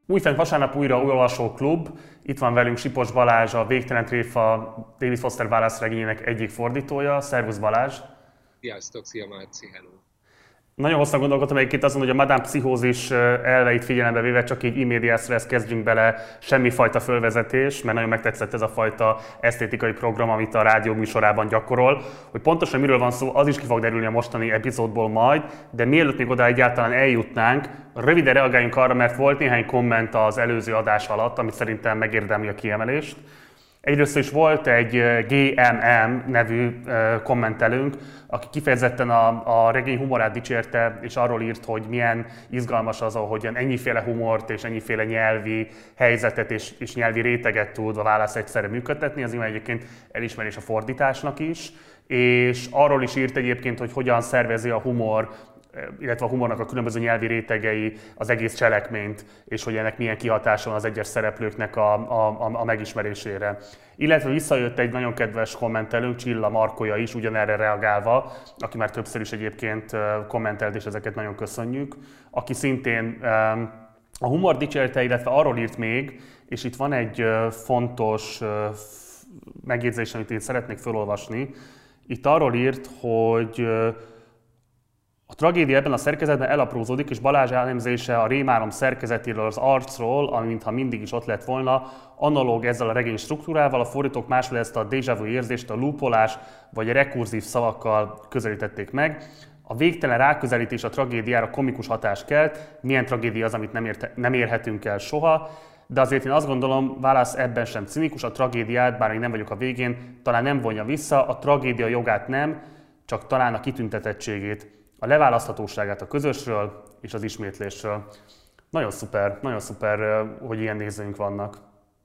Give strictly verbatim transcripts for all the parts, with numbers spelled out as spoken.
Újfent vasárnap újra Olvasó Klub. Itt van velünk Sipos Balázs, a Végtelen tréfa David Foster válaszregényének egyik fordítója. Szervusz Balázs! Sziasztok, szia Márci, hello! Nagyon hosszan gondolkodtam egyébként azon, hogy a Madame Pszichózis elveit figyelembe véve csak így in medias res kezdjünk bele, semmifajta fölvezetés, mert nagyon megtetszett ez a fajta esztétikai program, amit a rádió műsorában gyakorol. Hogy pontosan miről van szó, az is ki fog derülni a mostani epizódból majd, de mielőtt még oda egyáltalán eljutnánk, röviden reagáljunk arra, mert volt néhány komment az előző adás alatt, amit szerintem megérdemli a kiemelést. Egyrészt is volt egy gé em em nevű kommentelőnk, aki kifejezetten a, a regény humorát dicsérte, és arról írt, hogy milyen izgalmas az, ahogyan ennyiféle humort és ennyiféle nyelvi helyzetet és, és nyelvi réteget tud a válasz egyszerre működtetni. Az nyilván egyébként elismerés a fordításnak is, és arról is írt egyébként, hogy hogyan szervezi a humor, illetve a humornak a különböző nyelvi rétegei az egész cselekményt, és hogy ennek milyen kihatása van az egyes szereplőknek a, a, a megismerésére. Illetve visszajött egy nagyon kedves kommentelőnk, Csilla Markolya is, ugyanerre reagálva, aki már többször is egyébként kommentelt, és ezeket nagyon köszönjük, aki szintén a humor dicsérte, illetve arról írt még, és itt van egy fontos megjegyzés, amit én szeretnék felolvasni. Itt arról írt, hogy a tragédia ebben a szerkezetben elaprózódik, és Balázs elemzése a rémálom szerkezetéről, az arcról, ami mintha mindig is ott lett volna, analóg ezzel a regény struktúrával, a fordítók máshol ezt a déjà vu érzést a loopolás vagy a rekurzív szavakkal közelítették meg. A végtelen ráközelítés a tragédiára komikus hatást kelt, milyen tragédia az, amit nem, érte, nem érhetünk el soha, de azért én azt gondolom, válasz ebben sem cinikus, a tragédiát, bár még nem vagyok a végén, talán nem vonja vissza, a tragédia jogát nem, csak talán a kitüntetettségét, a leválaszthatóságát a közösről és az ismétlésről. Nagyon szuper, nagyon szuper, hogy ilyen nézőink vannak.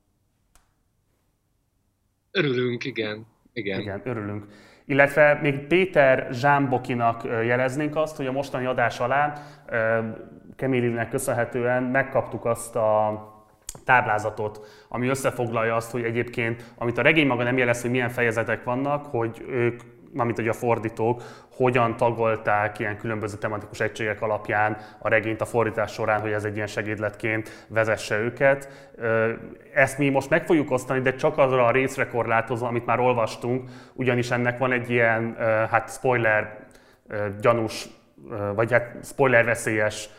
Örülünk, igen. Igen, igen örülünk. Illetve még Péter Zsámbokinak jeleznénk azt, hogy a mostani adás alá Kemélinek köszönhetően megkaptuk azt a táblázatot, ami összefoglalja azt, hogy egyébként, amit a regény maga nem jelez, hogy milyen fejezetek vannak, hogy ők, mármint hogy a fordítók, hogyan tagolták ilyen különböző tematikus egységek alapján a regényt a fordítás során, hogy ez egy ilyen segédletként vezesse őket. Ezt mi most meg fogjuk osztani, de csak azra a részre korlátozva, amit már olvastunk, ugyanis ennek van egy ilyen hát spoiler gyanús, vagy hát spoiler veszélyes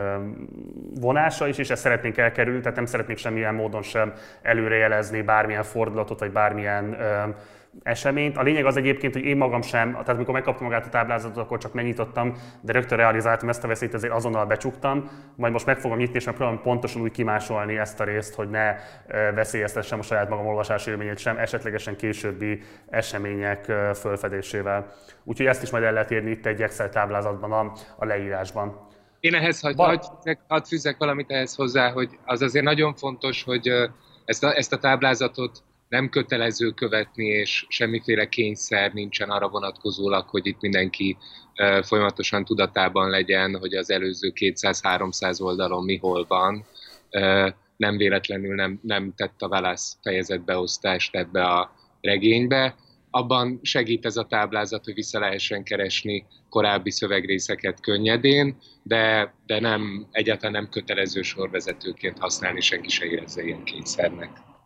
vonása is, és ezt szeretnénk elkerülni, tehát nem szeretnék semmilyen módon sem előrejelezni bármilyen fordulatot, vagy bármilyen eseményt. A lényeg az egyébként, hogy én magam sem, tehát amikor megkaptam magát a táblázatot, akkor csak megnyitottam, de rögtön realizáltam ezt a veszélyt, ezért azonnal becsuktam. Majd most meg fogom nyitni, és megpróbálom pontosan úgy kimásolni ezt a részt, hogy ne veszélyeztessem a saját magam olvasási élményét sem, esetlegesen későbbi események fölfedésével. Úgyhogy ezt is majd el lehet érni itt egy Excel táblázatban, a, a leírásban. Én ehhez hadd hagy, hagy fűzzek valamit ehhez hozzá, hogy az azért nagyon fontos, hogy ezt a, ezt a táblázatot nem kötelező követni, és semmiféle kényszer nincsen arra vonatkozólag, hogy itt mindenki uh, folyamatosan tudatában legyen, hogy az előző kétszáz-háromszáz oldalon mi hol van. Uh, nem véletlenül nem, nem tett a válasz fejezetbeosztást ebbe a regénybe. Abban segít ez a táblázat, hogy vissza lehessen keresni korábbi szövegrészeket könnyedén, de, de nem, egyáltalán nem kötelező sorvezetőként használni, senki se érezze ilyen kényszernek.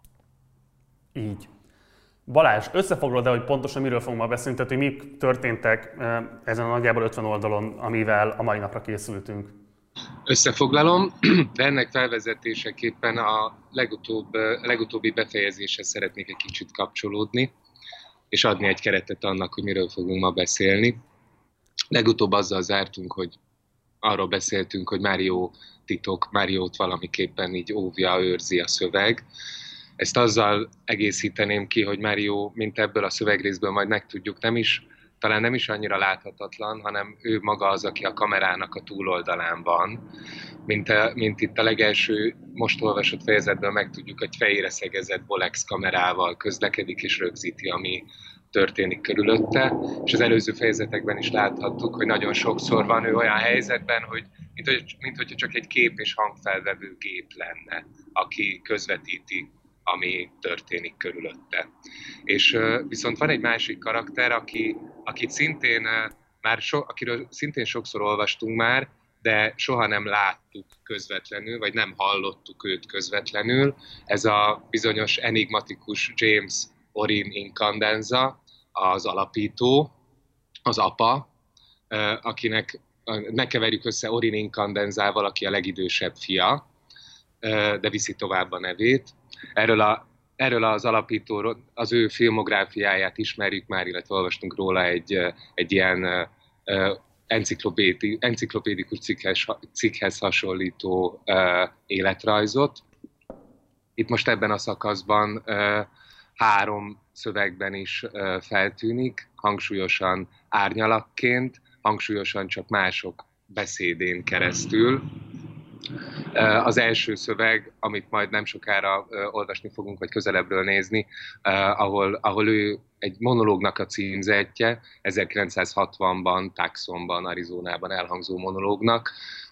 Így. Balázs, összefoglalod, hogy pontosan miről fogunk ma beszélni, tehát hogy mik történtek ezen a nagyjából ötven oldalon, amivel a mai napra készültünk? Összefoglalom, de ennek felvezetéseképpen a legutóbb, legutóbbi befejezéshez szeretnék egy kicsit kapcsolódni, és adni egy keretet annak, hogy miről fogunk ma beszélni. Legutóbb azzal zártunk, hogy arról beszéltünk, hogy Mário titok, Máriót valamiképpen így óvja, őrzi a szöveg. Ezt azzal egészíteném ki, hogy Mário, mint ebből a szövegrészből majd megtudjuk, nem is, talán nem is annyira láthatatlan, hanem ő maga az, aki a kamerának a túloldalán van. Mint, a, mint itt a legelső, most olvasott fejezetből megtudjuk, hogy fejére szegezett Bolex kamerával közlekedik és rögzíti, ami történik körülötte. És az előző fejezetekben is láthattuk, hogy nagyon sokszor van ő olyan helyzetben, hogy mint, hogy, mint hogyha csak egy kép és hangfelvevő gép lenne, aki közvetíti, ami történik körülötte. És uh, viszont van egy másik karakter, aki, akit szintén, uh, már so, akiről szintén sokszor olvastunk már, de soha nem láttuk közvetlenül, vagy nem hallottuk őt közvetlenül. Ez a bizonyos enigmatikus James Orin Incandenza, az alapító, az apa, akinek megkeverjük össze Orin Incandenzával, aki a legidősebb fia, de viszi tovább a nevét. Erről, a, erről az alapítóról, az ő filmográfiáját ismerjük már, illetve olvastunk róla egy, egy ilyen enciklopédi, enciklopédikus cikkhez, cikkhez hasonlító életrajzot. Itt most ebben a szakaszban három szövegben is feltűnik, hangsúlyosan árnyalakként, hangsúlyosan csak mások beszédén keresztül. Az első szöveg, amit majd nem sokára olvasni fogunk, vagy közelebbről nézni, ahol, ahol ő egy monológnak a címzetje, ezerkilencszázhatvanban, Tucsonban, Arizonában elhangzó monológnak,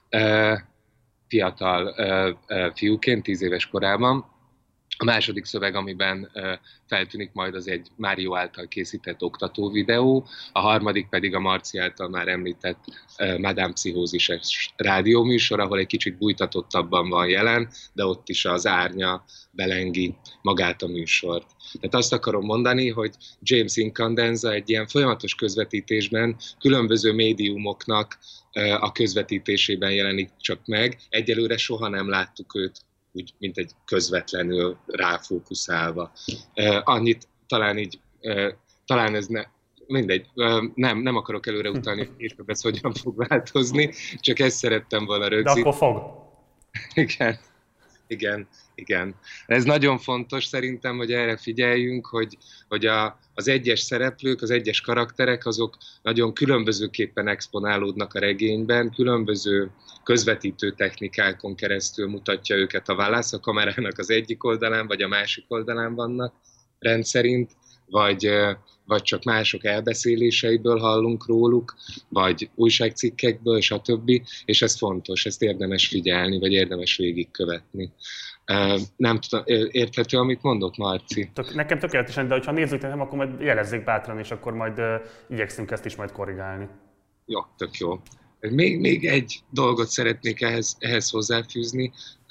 fiatal fiúként, tíz éves korában. A második szöveg, amiben uh, feltűnik majd, az egy Mário által készített oktató videó, a harmadik pedig a Marci által már említett uh, Madame Pszichózises rádióműsor, ahol egy kicsit bújtatottabban van jelen, de ott is az árnya belengi magát a műsort. Tehát azt akarom mondani, hogy James Incandenza egy ilyen folyamatos közvetítésben különböző médiumoknak uh, a közvetítésében jelenik csak meg. Egyelőre soha nem láttuk őt úgy, mint egy közvetlenül ráfókuszálva. Uh, annyit talán így, uh, talán ez ne, mindegy, uh, nem, nem akarok előre utalni, hogy később ez hogyan fog változni, csak ezt szerettem volna rögzíteni. De akkor fog. Igen, igen, igen. Ez nagyon fontos szerintem, hogy erre figyeljünk, hogy, hogy a, az egyes szereplők, az egyes karakterek, azok nagyon különbözőképpen exponálódnak a regényben, különböző közvetítő technikákon keresztül mutatja őket a Wallace, a kamerának az egyik oldalán, vagy a másik oldalán vannak rendszerint, vagy, vagy csak mások elbeszéléseiből hallunk róluk, vagy újságcikkekből, stb. És ez fontos, ezt érdemes figyelni, vagy érdemes végigkövetni. Nem tudom, érthető, amit mondott Marci? Nekem tökéletesen, de ha nézzük, nem, akkor majd jelezzék bátran, és akkor majd uh, igyekszünk ezt is majd korrigálni. Jó, tök jó. Még, még egy dolgot szeretnék ehhez, ehhez hozzáfűzni.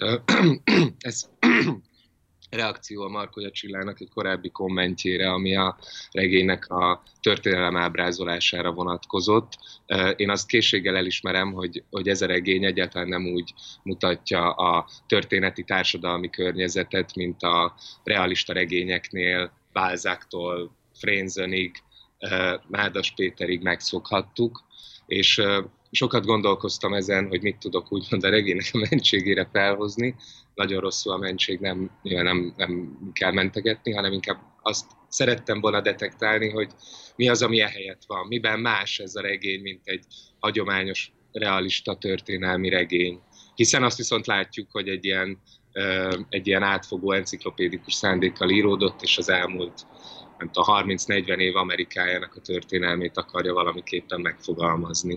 Ez reakció a Marko Jacsillának egy korábbi kommentjére, ami a regénynek a történelem ábrázolására vonatkozott. Én azt készséggel elismerem, hogy, hogy ez a regény egyáltalán nem úgy mutatja a történeti társadalmi környezetet, mint a realista regényeknél Balzac-tól Franzenig, Mádas Péterig megszokhattuk, és sokat gondolkoztam ezen, hogy mit tudok úgymond a regénynek a mentségére felhozni. Nagyon rosszul a mentség, nem, nem, nem kell mentegetni, hanem inkább azt szerettem volna detektálni, hogy mi az, ami ehelyett van. Miben más ez a regény, mint egy hagyományos, realista történelmi regény. Hiszen azt viszont látjuk, hogy egy ilyen, egy ilyen átfogó enciklopédikus szándékkal íródott, és az elmúlt nem tudom, harminc-negyven év Amerikájának a történelmét akarja valamiképpen megfogalmazni.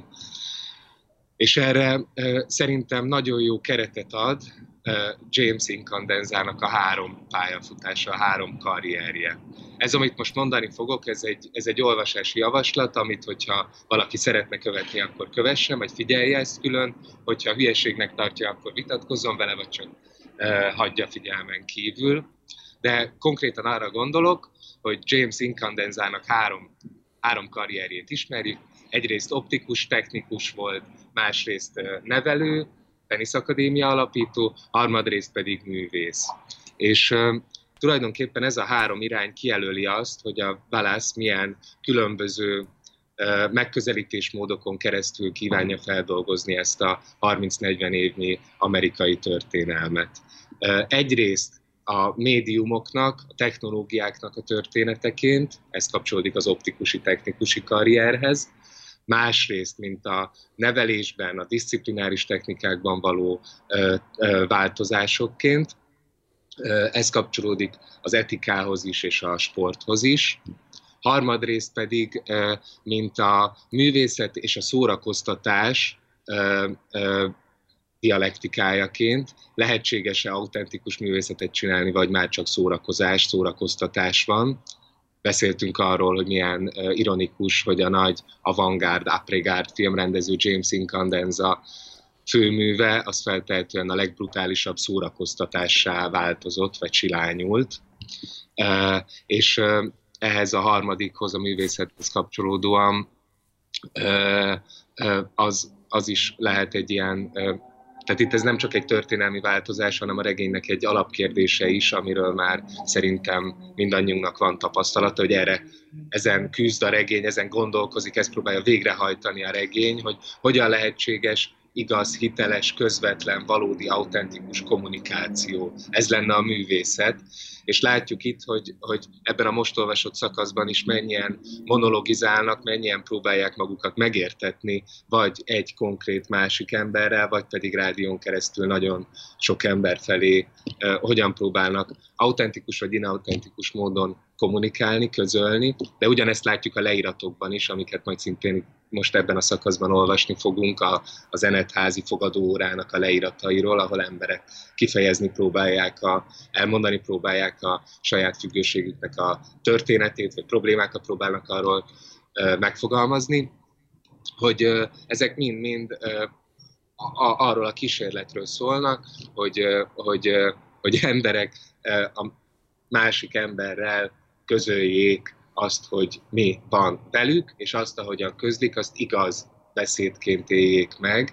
És erre uh, szerintem nagyon jó keretet ad uh, James Incandenzának a három pályafutása, a három karrierje. Ez, amit most mondani fogok, ez egy, ez egy olvasási javaslat, amit, hogyha valaki szeretne követni, akkor kövessen, vagy figyelje ezt külön, hogyha hülyeségnek tartja, akkor vitatkozzon vele, vagy csak uh, hagyja figyelmen kívül. De konkrétan arra gondolok, hogy James Incandenzának három, három karrierjét ismerjük. Egyrészt optikus technikus volt, másrészt nevelő, teniszakadémia alapító, harmadrészt pedig művész. És uh, tulajdonképpen ez a három irány kijelöli azt, hogy a Wallace milyen különböző uh, megközelítésmódokon keresztül kívánja feldolgozni ezt a harminc-negyven évnyi amerikai történelmet. Uh, egyrészt a médiumoknak, a technológiáknak a történeteként, ez kapcsolódik az optikusi technikusi karrierhez, másrészt, mint a nevelésben, a diszciplináris technikákban való ö, ö, változásokként, ö, ez kapcsolódik az etikához is és a sporthoz is. Harmadrészt pedig, ö, mint a művészet és a szórakoztatás ö, ö, dialektikájaként, lehetséges-e autentikus művészetet csinálni, vagy már csak szórakozás, szórakoztatás van. Beszéltünk arról, hogy milyen uh, ironikus, hogy a nagy avantgárd, après-gárd filmrendező James Incandenza főműve az feltehetően a legbrutálisabb szórakoztatássá változott, vagy silányult. És ehhez a harmadikhoz, a művészethez kapcsolódóan az, az is lehet egy ilyen, tehát itt ez nem csak egy történelmi változás, hanem a regénynek egy alapkérdése is, amiről már szerintem mindannyiunknak van tapasztalata, hogy erre ezen küzd a regény, ezen gondolkozik, ezt próbálja végrehajtani a regény, hogy hogyan lehetséges igaz, hiteles, közvetlen, valódi, autentikus kommunikáció. Ez lenne a művészet. És látjuk itt, hogy, hogy ebben a most olvasott szakaszban is mennyien monologizálnak, mennyien próbálják magukat megértetni, vagy egy konkrét másik emberrel, vagy pedig rádión keresztül nagyon sok ember felé uh, hogyan próbálnak autentikus vagy inautentikus módon kommunikálni, közölni, de ugyanezt látjuk a leíratokban is, amiket majd szintén most ebben a szakaszban olvasni fogunk, a, a zenetházi fogadóórának a leíratairól, ahol emberek kifejezni próbálják, a, elmondani próbálják a saját függőségüknek a történetét, vagy problémákat próbálnak arról e, megfogalmazni, hogy e, ezek mind-mind e, arról a kísérletről szólnak, hogy, e, hogy, e, hogy emberek e, a másik emberrel közöljék azt, hogy mi van velük, és azt, ahogyan közlik, azt igaz beszédként éljék meg,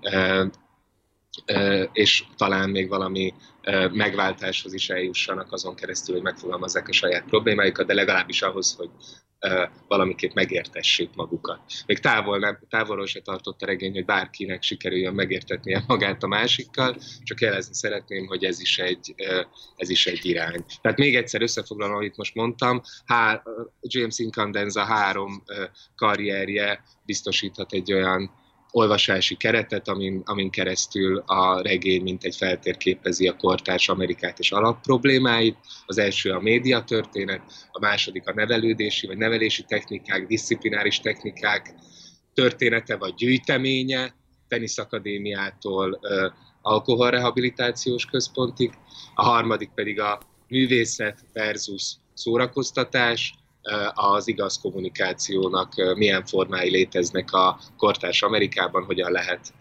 és talán még valami megváltáshoz is eljussanak azon keresztül, hogy megfogalmazzák a saját problémáikat, de legalábbis ahhoz, hogy valamiképp megértessék magukat. Még távol nem, távolról se tartott a regény, hogy bárkinek sikerüljön megértetnie magát a másikkal, csak jelezni szeretném, hogy ez is egy, ez is egy irány. Tehát még egyszer összefoglalom, amit most mondtam, há, James Incandenza három karrierje biztosíthat egy olyan olvasási keretet, amin, amin keresztül a regény mintegy feltérképezi a kortárs Amerikát és alapproblémáit. Az első a médiatörténet, a második a nevelődési vagy nevelési technikák, diszciplináris technikák története vagy gyűjteménye, teniszakadémiától uh, alkoholrehabilitációs központig, a harmadik pedig a művészet versus szórakoztatás, az igaz kommunikációnak milyen formái léteznek a kortárs Amerikában, hogyan lehet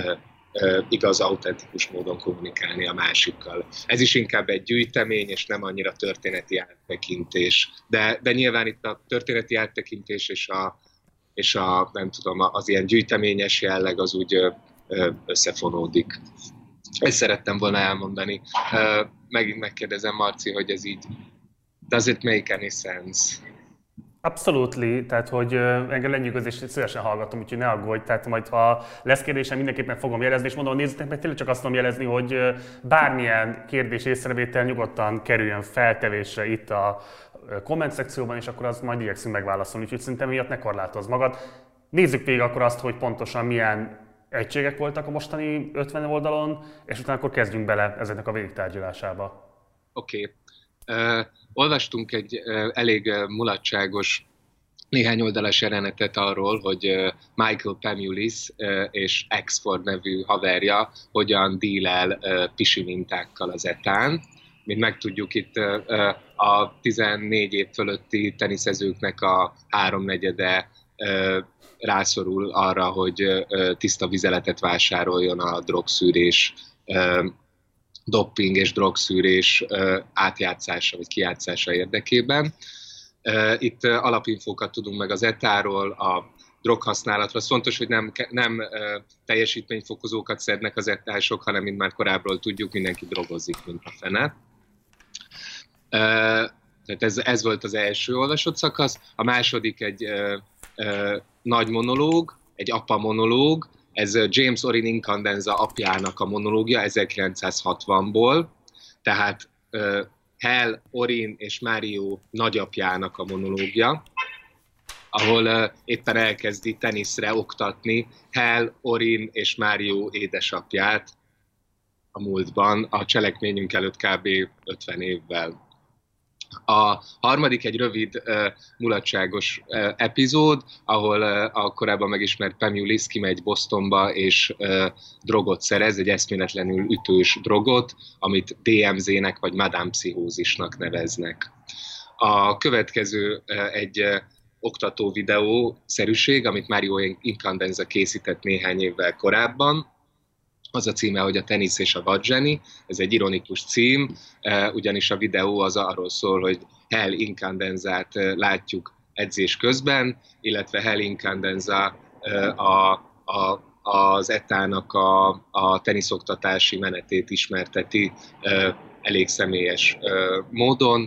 igaz, autentikus módon kommunikálni a másikkal. Ez is inkább egy gyűjtemény, és nem annyira történeti áttekintés. De, de nyilván itt a történeti áttekintés és a, és a nem tudom, az ilyen gyűjteményes jelleg az úgy összefonódik. Ezt szerettem volna elmondani. Megint megkérdezem, Marci, hogy ez így does it make any sense? Abszolút, tehát hogy engem lenyűgözést szívesen hallgatom, úgyhogy ne aggódj, tehát majd ha lesz kérdésem, mindenképpen fogom jelezni, és mondom, nézzétek meg, tényleg csak azt tudom jelezni, hogy bármilyen kérdés észrevétel nyugodtan kerüljön feltevésre itt a komment szekcióban, és akkor azt majd igyekszünk megválaszolni, úgyhogy szerintem miatt ne korlátozz magad. Nézzük végig akkor azt, hogy pontosan milyen egységek voltak a mostani ötven oldalon, és utána akkor kezdjünk bele ezeknek a végigtárgyalásába. Oké. Okay. Uh... Olvastunk egy uh, elég uh, mulatságos néhány oldalas jelenetet arról, hogy uh, Michael Pamulis uh, és Axford nevű haverja hogyan dílel uh, pisi mintákkal az etán. Mint megtudjuk, itt uh, uh, a tizennégy év fölötti teniszezőknek a háromnegyede uh, rászorul arra, hogy uh, tiszta vizeletet vásároljon a drogszűrés uh, dopping és drogszűrés uh, átjátszása vagy kijátszása érdekében. Uh, itt uh, alapinfókat tudunk meg az etáról, a droghasználatról. Az fontos, hogy nem, nem uh, teljesítményfokozókat szednek az etások, hanem, mint már korábbról tudjuk, mindenki drogozik, mint a fene. Uh, tehát ez, ez volt az első olvasott szakasz. A második egy uh, uh, nagy monológ, egy apa monológ. Ez James Orrin Incandenza apjának a monológia ezerkilencszázhatvanból, tehát uh, Hal, Orrin és Mario nagyapjának a monológia, ahol uh, éppen elkezdi teniszre oktatni Hal, Orrin és Mario édesapját a múltban, a cselekményünk előtt kb. ötven évvel. A harmadik egy rövid, uh, mulatságos uh, epizód, ahol uh, a korábban megismert Pamulis kimegy Bostonba és uh, drogot szerez, egy eszméletlenül ütős drogot, amit dé em zének vagy Madame Pszichózisnak neveznek. A következő uh, egy uh, oktató videó szerűség, amit Mario Incandenza készített néhány évvel korábban, Az a címe, hogy a tenisz és a vadzseni. Ez egy ironikus cím, ugyanis a videó az arról szól, hogy Hell Incandenzát látjuk edzés közben, illetve Hell Incandenza a, a, az é té á-nak a, a teniszoktatási menetét ismerteti elég személyes módon.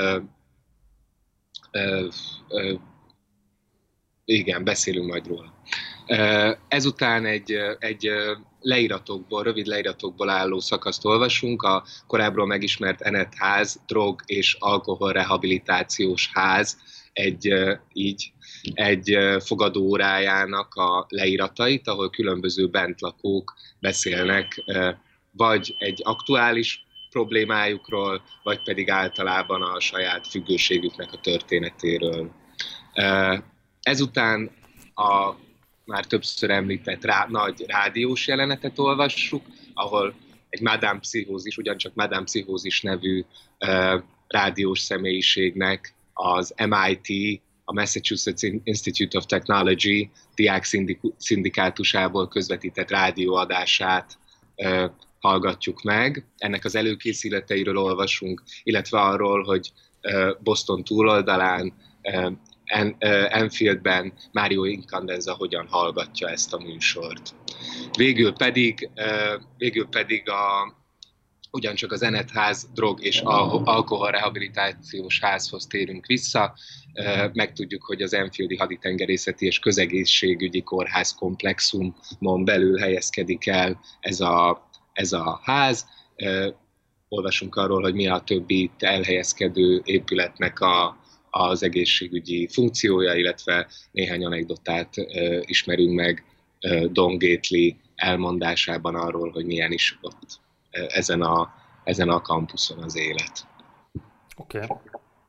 Igen, beszélünk majd róla. Ezután egy, egy leíratokból, rövid leíratokból álló szakaszt olvasunk, a korábbról megismert Annette ház, drog- és alkoholrehabilitációs ház, egy, így, egy fogadóórájának a leíratait, ahol különböző bentlakók beszélnek vagy egy aktuális problémájukról, vagy pedig általában a saját függőségüknek a történetéről. Ezután a már többször említett rá, nagy rádiós jelenetet olvassuk, ahol egy Madame Pszichózis, ugyancsak Madame Pszichózis nevű uh, rádiós személyiségnek az em i té, a Massachusetts Institute of Technology diák szindikátusából közvetített rádióadását uh, hallgatjuk meg. Ennek az előkészületeiről olvasunk, illetve arról, hogy uh, Boston túloldalán, uh, Enfieldben Mario Incandenza hogyan hallgatja ezt a műsort. Végül pedig, végül pedig a, ugyancsak az Annette ház, drog- és alkoholrehabilitációs házhoz térünk vissza. Megtudjuk, hogy az Enfieldi haditengerészeti és közegészségügyi kórház komplexumon belül helyezkedik el ez a, ez a ház. Olvasunk arról, hogy mi a többi itt elhelyezkedő épületnek a az egészségügyi funkciója, illetve néhány anekdotát uh, ismerünk meg uh, Don Gately elmondásában arról, hogy milyen is ott uh, ezen, a, ezen a kampuszon az élet. Oké. Okay.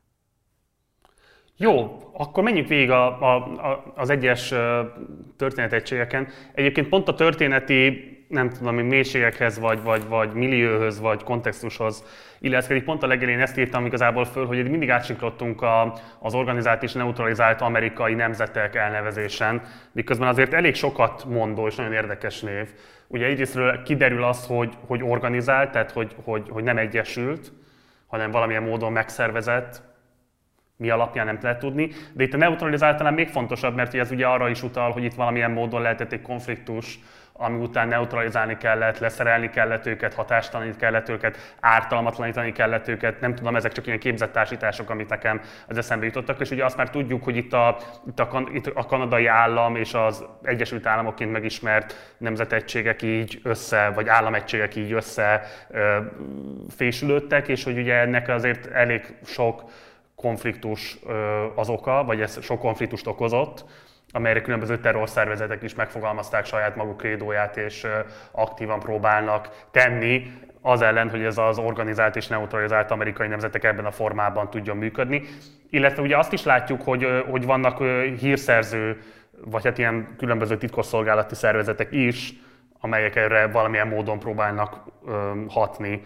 Jó, akkor menjünk végig a, a, a, az egyes uh, történetegységeken. Egyébként pont a történeti, nem tudom, mélységekhez, vagy, vagy, vagy millióhöz, vagy kontextushoz illeszkedik. Pont a legelején ezt írtam igazából föl, hogy mindig átsiklottunk a, az organizált és neutralizált amerikai nemzetek elnevezésen, miközben azért elég sokat mondó és nagyon érdekes név. Ugye egyrésztről kiderül az, hogy, hogy organizált, tehát hogy, hogy, hogy nem egyesült, hanem valamilyen módon megszervezett, mi alapján nem lehet tudni, de itt a neutralizált talán még fontosabb, mert ez ugye arra is utal, hogy itt valamilyen módon lehetett egy konfliktus, ami után neutralizálni kellett, leszerelni kellett őket, hatástalanítani kellett őket, ártalmatlanítani kellett őket, nem tudom, ezek csak ilyen képzett társítások, amit nekem az eszembe jutottak, és ugye azt már tudjuk, hogy itt a, itt a, itt a kanadai állam és az Egyesült Államokként megismert nemzetegységek így össze, vagy államegységek így össze ö, fésülődtek, és hogy ugye ennek azért elég sok konfliktus ö, az oka, vagy ez sok konfliktust okozott, amelyre különböző terrorszervezetek is megfogalmazták saját maguk krédóját, és aktívan próbálnak tenni az ellen, hogy ez az organizált és neutralizált amerikai nemzetek ebben a formában tudjon működni. Illetve ugye azt is látjuk, hogy, hogy vannak hírszerző, vagy hát ilyen különböző titkosszolgálati szervezetek is, amelyek erre valamilyen módon próbálnak hatni.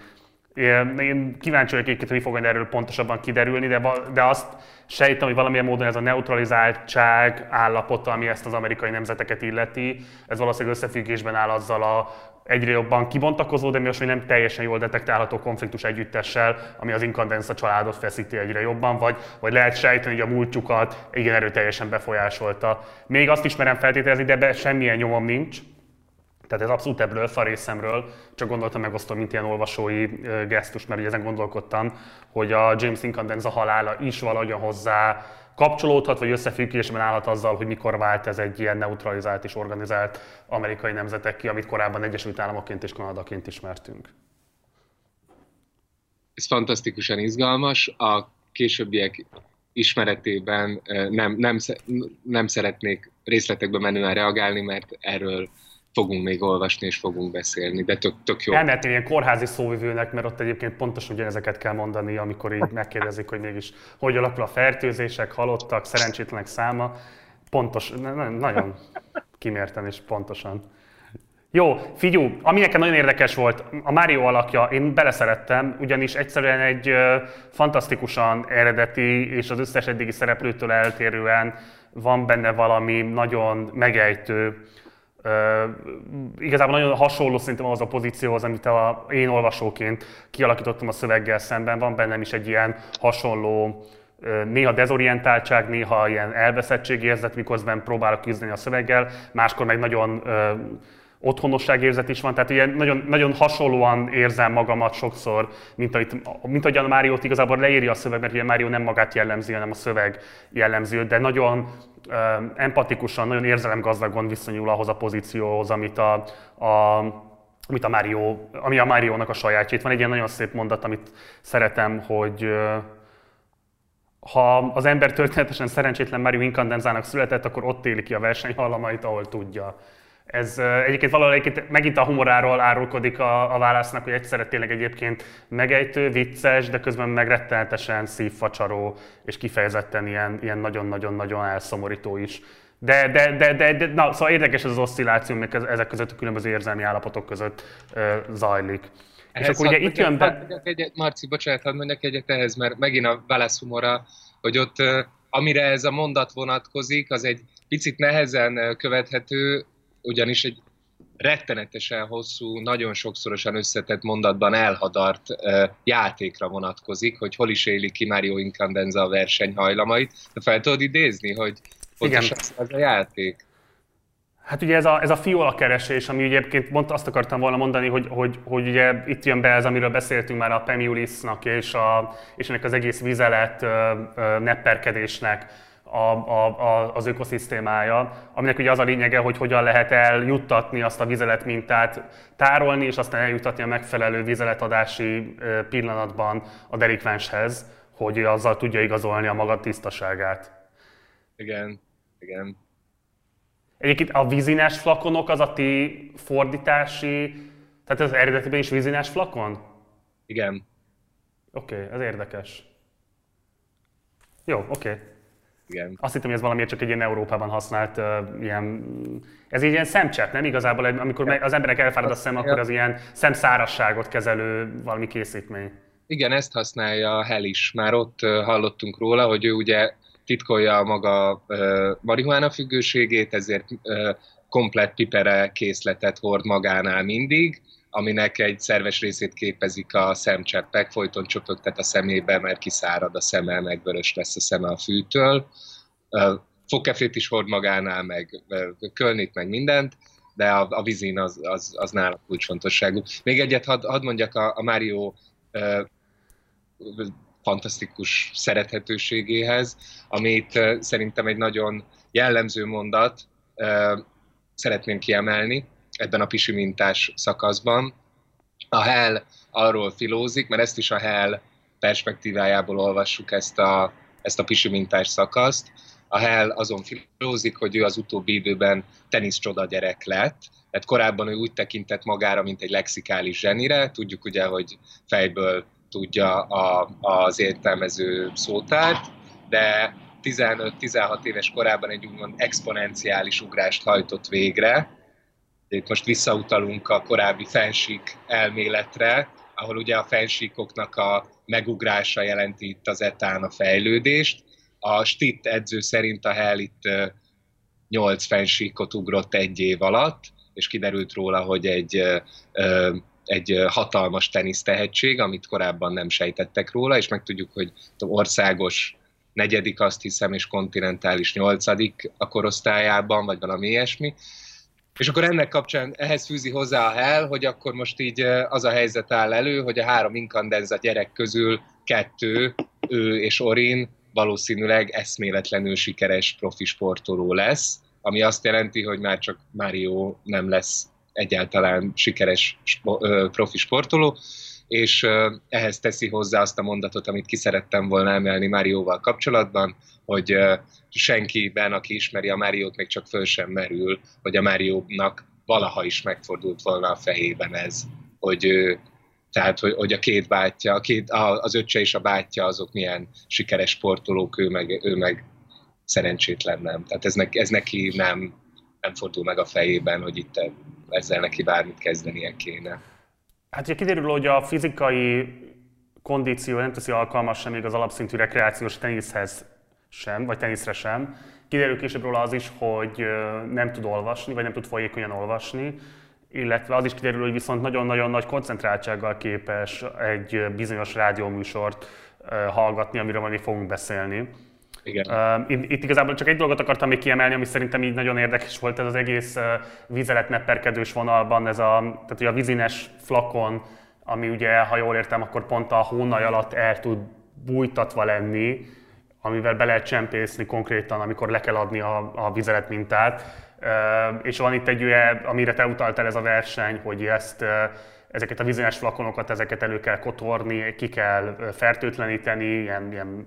Én kíváncsi vagyok egyébként, hogy mi fog erről pontosabban kiderülni, de, de azt sejtem, hogy valamilyen módon ez a neutralizáltság állapota, ami ezt az amerikai nemzeteket illeti, ez valószínűleg összefüggésben áll azzal a egyre jobban kibontakozó, de most még nem teljesen jól detektálható konfliktus együttessel, ami az Incandenza családot feszíti egyre jobban, vagy, vagy lehet sejteni, hogy a múltjukat igen erőteljesen befolyásolta. Még azt ismerem feltételezni, de ebben semmilyen nyomom nincs. Tehát ez abszolút ebből a részemről, csak gondoltam megosztom, mint ilyen olvasói gesztus, mert ugye ezen gondolkodtam, hogy a James Incandenza halála is valahogyan hozzá kapcsolódhat, vagy összefüggésben állhat azzal, hogy mikor vált ez egy ilyen neutralizált és organizált amerikai nemzetek ki, amit korábban Egyesült Államokként és Kanadaként ismertünk. Ez fantasztikusan izgalmas. A későbbiek ismeretében nem, nem, nem szeretnék részletekbe menően reagálni, mert erről fogunk még olvasni és fogunk beszélni, de tök, tök jó. Elmehetnél ilyen kórházi szóvivőnek, mert ott egyébként pontosan ugyanezeket kell mondani, amikor így megkérdezik, hogy mégis hogy alakul a fertőzések, halottak, szerencsétlenek száma. Pontos, nagyon kimérten és pontosan. Jó, figyú, ami nekem nagyon érdekes volt, a Mario alakja, én beleszerettem, ugyanis egyszerűen egy fantasztikusan eredeti és az összes eddigi szereplőtől eltérően van benne valami nagyon megejtő, Uh, igazából nagyon hasonló szerintem ahhoz a pozícióhoz, amit a, én olvasóként kialakítottam a szöveggel szemben. Van bennem is egy ilyen hasonló, uh, néha dezorientáltság, néha ilyen elveszettségérzet, miközben próbálok küzdeni a szöveggel, máskor meg nagyon uh, otthonosságérzet is van, tehát ilyen nagyon, nagyon hasonlóan érzem magamat sokszor, mint, amit, mint ahogyan Máriót igazából leírja a szöveg, mert ugye Márió nem magát jellemzi, hanem a szöveg jellemző, de nagyon uh, empatikusan, nagyon érzelemgazdagon viszonyul ahhoz a pozícióhoz, amit a, a, amit a Márió, ami a Máriónak a sajátja. Itt van egy ilyen nagyon szép mondat, amit szeretem, hogy uh, ha az ember történetesen szerencsétlen Márió Incandenzának született, akkor ott éli ki a versenyhallamait, ahol tudja. Ez egyébként valahol egyébként megint a humoráról árulkodik a, a válasznak, hogy egyszerre tényleg egyébként megejtő, vicces, de közben meg rettenetesen szívfacsaró, és kifejezetten ilyen, ilyen nagyon-nagyon-nagyon elszomorító is. De, de, de, de, de na, szóval érdekes ez az oszcilláció, még ezek között a különböző érzelmi állapotok között uh, zajlik. Ehhez és akkor ugye itt jön be... Egyet, Marci, bocsánat, hadd mondjak egyet ehhez, mert megint a válaszhumora, hogy ott amire ez a mondat vonatkozik, az egy picit nehezen követhető, ugyanis egy rettenetesen hosszú, nagyon sokszorosan összetett mondatban elhadart uh, játékra vonatkozik, hogy hol is éli ki Márió Incandenza a versenyhajlamait. De fel tudod idézni, hogy pontosan ez a játék? Hát ugye ez a, ez a fiola keresés, ami ugye egyébként mond, azt akartam volna mondani, hogy, hogy, hogy ugye itt jön be ez, amiről beszéltünk már a Pemiulisnak és, a, és ennek az egész vizelet uh, uh, nepperkedésnek A, a, a, az ökoszisztémája, aminek ugye az a lényege, hogy hogyan lehet eljuttatni azt a vizeletmintát, tárolni, és aztán eljuttatni a megfelelő vizeletadási pillanatban a delikvenshez, hogy azzal tudja igazolni a maga tisztaságát. Igen, igen. Egyébként a vízines flakonok az a ti fordítási, tehát az eredetiben is vízines flakon? Igen. Oké, okay, ez érdekes. Jó, oké. Okay. Igen. Azt hittem, hogy ez valamiért csak egy ilyen Európában használt uh, ilyen... Ez egy ilyen szemcsepp, nem igazából? Amikor meg az emberek elfárad a szem, akkor az ilyen szemszárasságot kezelő valami készítmény. Igen, ezt használja a Hell is. Már ott uh, hallottunk róla, hogy ő ugye titkolja a maga uh, marihuána függőségét, ezért uh, komplett pipere készletet hord magánál mindig, aminek egy szerves részét képezik a szemcseppek, folyton csöpögtet a szemébe, mert kiszárad a szeme, meg vörös lesz a szeme a fűtől. Fogkefét is hord magánál, meg kölnit, meg mindent, de a, a vizin az, az, az nála kulcsfontosságú. Még egyet hadd had mondjak a, a Márió uh, fantasztikus szerethetőségéhez, amit uh, szerintem egy nagyon jellemző mondat, uh, szeretném kiemelni ebben a pisimintás szakaszban. A Hell arról filózik, mert ezt is a Hell perspektívájából olvassuk ezt a, ezt a pisimintás szakaszt. A Hell azon filózik, hogy ő az utóbbi időben teniszcsoda gyerek lett. Tehát korábban ő úgy tekintett magára, mint egy lexikális zsenire. Tudjuk ugye, hogy fejből tudja a, az értelmező szótárt, de tizenöt-tizenhat éves korában egy úgymond exponenciális ugrást hajtott végre. Itt most visszautalunk a korábbi fensík elméletre, ahol ugye a fensíkoknak a megugrása jelenti itt az etán a fejlődést. A Stitt edző szerint a Hell itt nyolc fensíkot ugrott egy év alatt, és kiderült róla, hogy egy, egy hatalmas tenisztehetség, amit korábban nem sejtettek róla, és megtudjuk, hogy országos negyedik, azt hiszem, és kontinentális nyolcadik a korosztályában, vagy valami ilyesmi. És akkor ennek kapcsán ehhez fűzi hozzá a Hell, hogy akkor most így az a helyzet áll elő, hogy a három Incandenza gyerek közül kettő, ő és Orin valószínűleg eszméletlenül sikeres profi sportoló lesz, ami azt jelenti, hogy már csak Márió nem lesz egyáltalán sikeres profi sportoló, és ehhez teszi hozzá azt a mondatot, amit ki szerettem volna emelni Márióval kapcsolatban, hogy senkiben, aki ismeri a Máriót, még csak föl sem merül, hogy a Máriónak valaha is megfordult volna a fejében ez, hogy, tehát, hogy, hogy a két bátyja, a két, az öccse és a bátyja azok milyen sikeres sportolók, ő meg, ő meg szerencsétlen nem. Tehát ez, ne, ez neki nem, nem fordul meg a fejében, hogy itt ezzel neki bármit kezdenie kéne. Hát ugye kiderül, hogy a fizikai kondíció nem teszi alkalmas még az alapszintű rekreációs teniszhez sem, vagy teniszre sem. Kiderül később róla az is, hogy nem tud olvasni, vagy nem tud folyékonyan olvasni, illetve az is kiderül, hogy viszont nagyon-nagyon nagy koncentráltsággal képes egy bizonyos rádióműsort hallgatni, amiről majd még fogunk beszélni. Igen. Itt, itt igazából csak egy dolgot akartam még kiemelni, ami szerintem így nagyon érdekes volt, ez az egész vizeletnepperkedős vonalban, ez a, tehát ugye a vízines flakon, ami ugye, ha jól értem, akkor pont a hónaj alatt el tud bújtatva lenni, amivel be lehet csempészni konkrétan, amikor le kell adni a, a vizeletmintát. És van itt egy olyan, amire te utaltál, ez a verseny, hogy ezt, ezeket a vízines flakonokat, ezeket elő kell kotorni, ki kell fertőtleníteni, ilyen, ilyen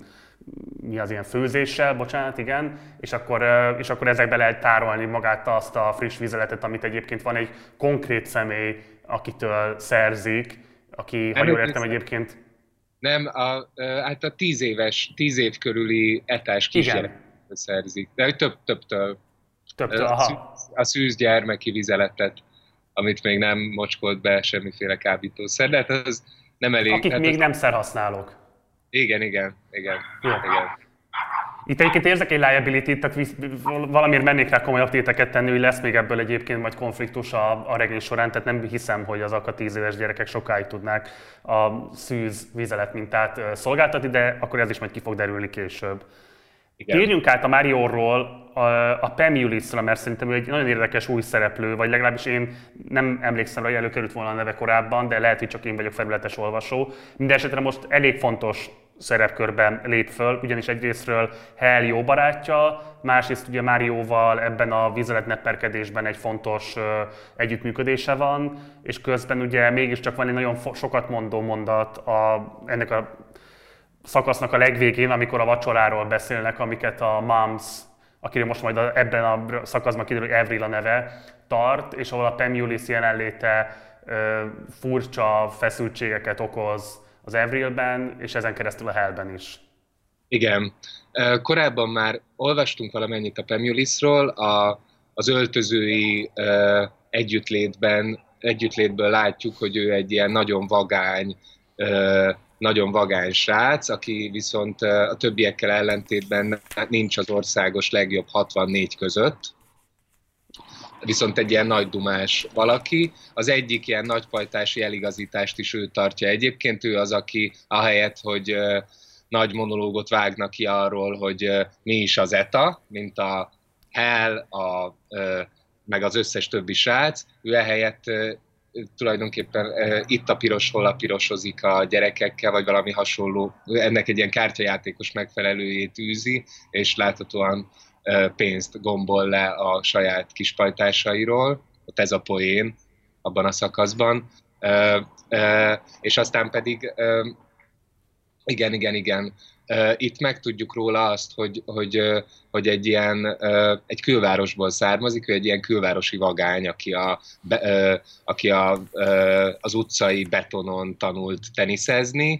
mi az ilyen főzéssel, bocsánat, igen, és akkor, és akkor ezekbe lehet tárolni magát azt a friss vizeletet, amit egyébként van egy konkrét személy, akitől szerzik, aki, ha jól értem egyébként... Nem, a, hát a tíz éves, tíz év körüli etás kisgyermektől szerzik, de több, többtől. Többtől, a, aha. A szűz gyermeki vizeletet, amit még nem mocskolt be semmiféle kábítószer, de hát az nem elég. Akik hát még az... nem szerhasználók. Igen, igen, igen, igen. Itt egyébként érzek egy liability-t, tehát valamiért mennék rá komolyabb téteket tenni, hogy lesz még ebből egyébként majd konfliktus a, a regény során, tehát nem hiszem, hogy azok a tíz éves gyerekek sokáig tudnák a szűz vizeletmintát szolgáltatni, de akkor ez is majd ki fog derülni később. Igen. Térjünk át a Marioról a, a Pam Ulyssra, mert szerintem ő egy nagyon érdekes új szereplő, vagy legalábbis én nem emlékszem rá, hogy előkerült volna a neve korábban, de lehet, hogy csak én vagyok felületes olvasó. Mindenesetre most elég fontos szerepkörben lép föl, ugyanis egyrésztről Hal jó barátja, másrészt ugye Marioval ebben a vizeletnepperkedésben egy fontos uh, együttműködése van, és közben ugye mégiscsak van egy nagyon sokat mondó mondat a, ennek a szakasznak a legvégén, amikor a vacsoráról beszélnek, amiket a Moms, akiről most majd a, ebben a szakaszban kiderül, hogy Avril a neve, tart, és ahol a Pam Ulyss jelenléte uh, furcsa feszültségeket okoz az Avrilben, és ezen keresztül a Halben is. Igen. Korábban már olvastunk valamennyit a Pam Ulyssról, a, az öltözői uh, együttlétben, együttlétből látjuk, hogy ő egy ilyen nagyon vagány, uh, nagyon vagány srác, aki viszont uh, a többiekkel ellentétben nincs az országos legjobb hatvannégy között. Viszont egy ilyen nagy dumás valaki. Az egyik ilyen nagypajtási eligazítást is ő tartja egyébként. Ő az, aki ahelyett, hogy uh, nagy monológot vágnak ki arról, hogy uh, mi is az e té á, mint a Hal, a, uh, meg az összes többi srác, ő ehelyett uh, tulajdonképpen uh, itt a piros, hol a pirosozik a gyerekekkel, vagy valami hasonló, ennek egy ilyen kártyajátékos megfelelőjét űzi, és láthatóan pénzt gombol le a saját kispajtásairól, ott ez a poén abban a szakaszban, és aztán pedig igen, igen, igen, itt megtudjuk róla azt, hogy, hogy, hogy egy ilyen, egy külvárosból származik, ő egy ilyen külvárosi vagány, aki, a, aki a, az utcai betonon tanult teniszezni,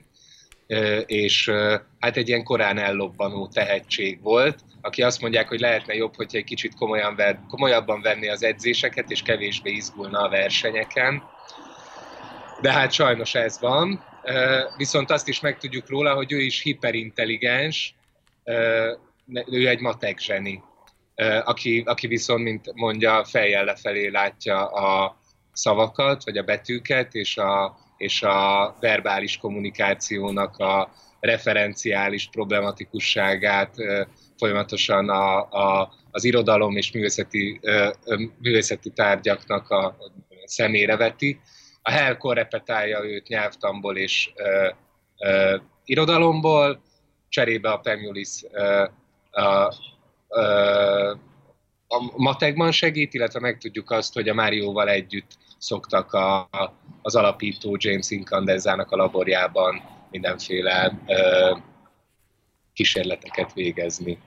és hát egy ilyen korán ellobbanó tehetség volt, aki azt mondják, hogy lehetne jobb, hogyha egy kicsit komolyan ver, komolyabban venni az edzéseket, és kevésbé izgulna a versenyeken. De hát sajnos ez van. Viszont azt is megtudjuk róla, hogy ő is hiperintelligens, ő egy matek zseni, aki, aki viszont, mint mondja, fejjel lefelé látja a szavakat, vagy a betűket, és a, és a verbális kommunikációnak a referenciális problematikusságát folyamatosan a, a, az irodalom és művészeti, művészeti tárgyaknak a szemére veti. A Hal korrepetálja őt nyelvtanból és ö, ö, irodalomból, cserébe a Pam Ulyss ö, a, ö, a matekban segít, illetve megtudjuk azt, hogy a Marióval együtt szoktak a, az alapító James Incandessának a laborjában mindenféle ö, kísérleteket végezni.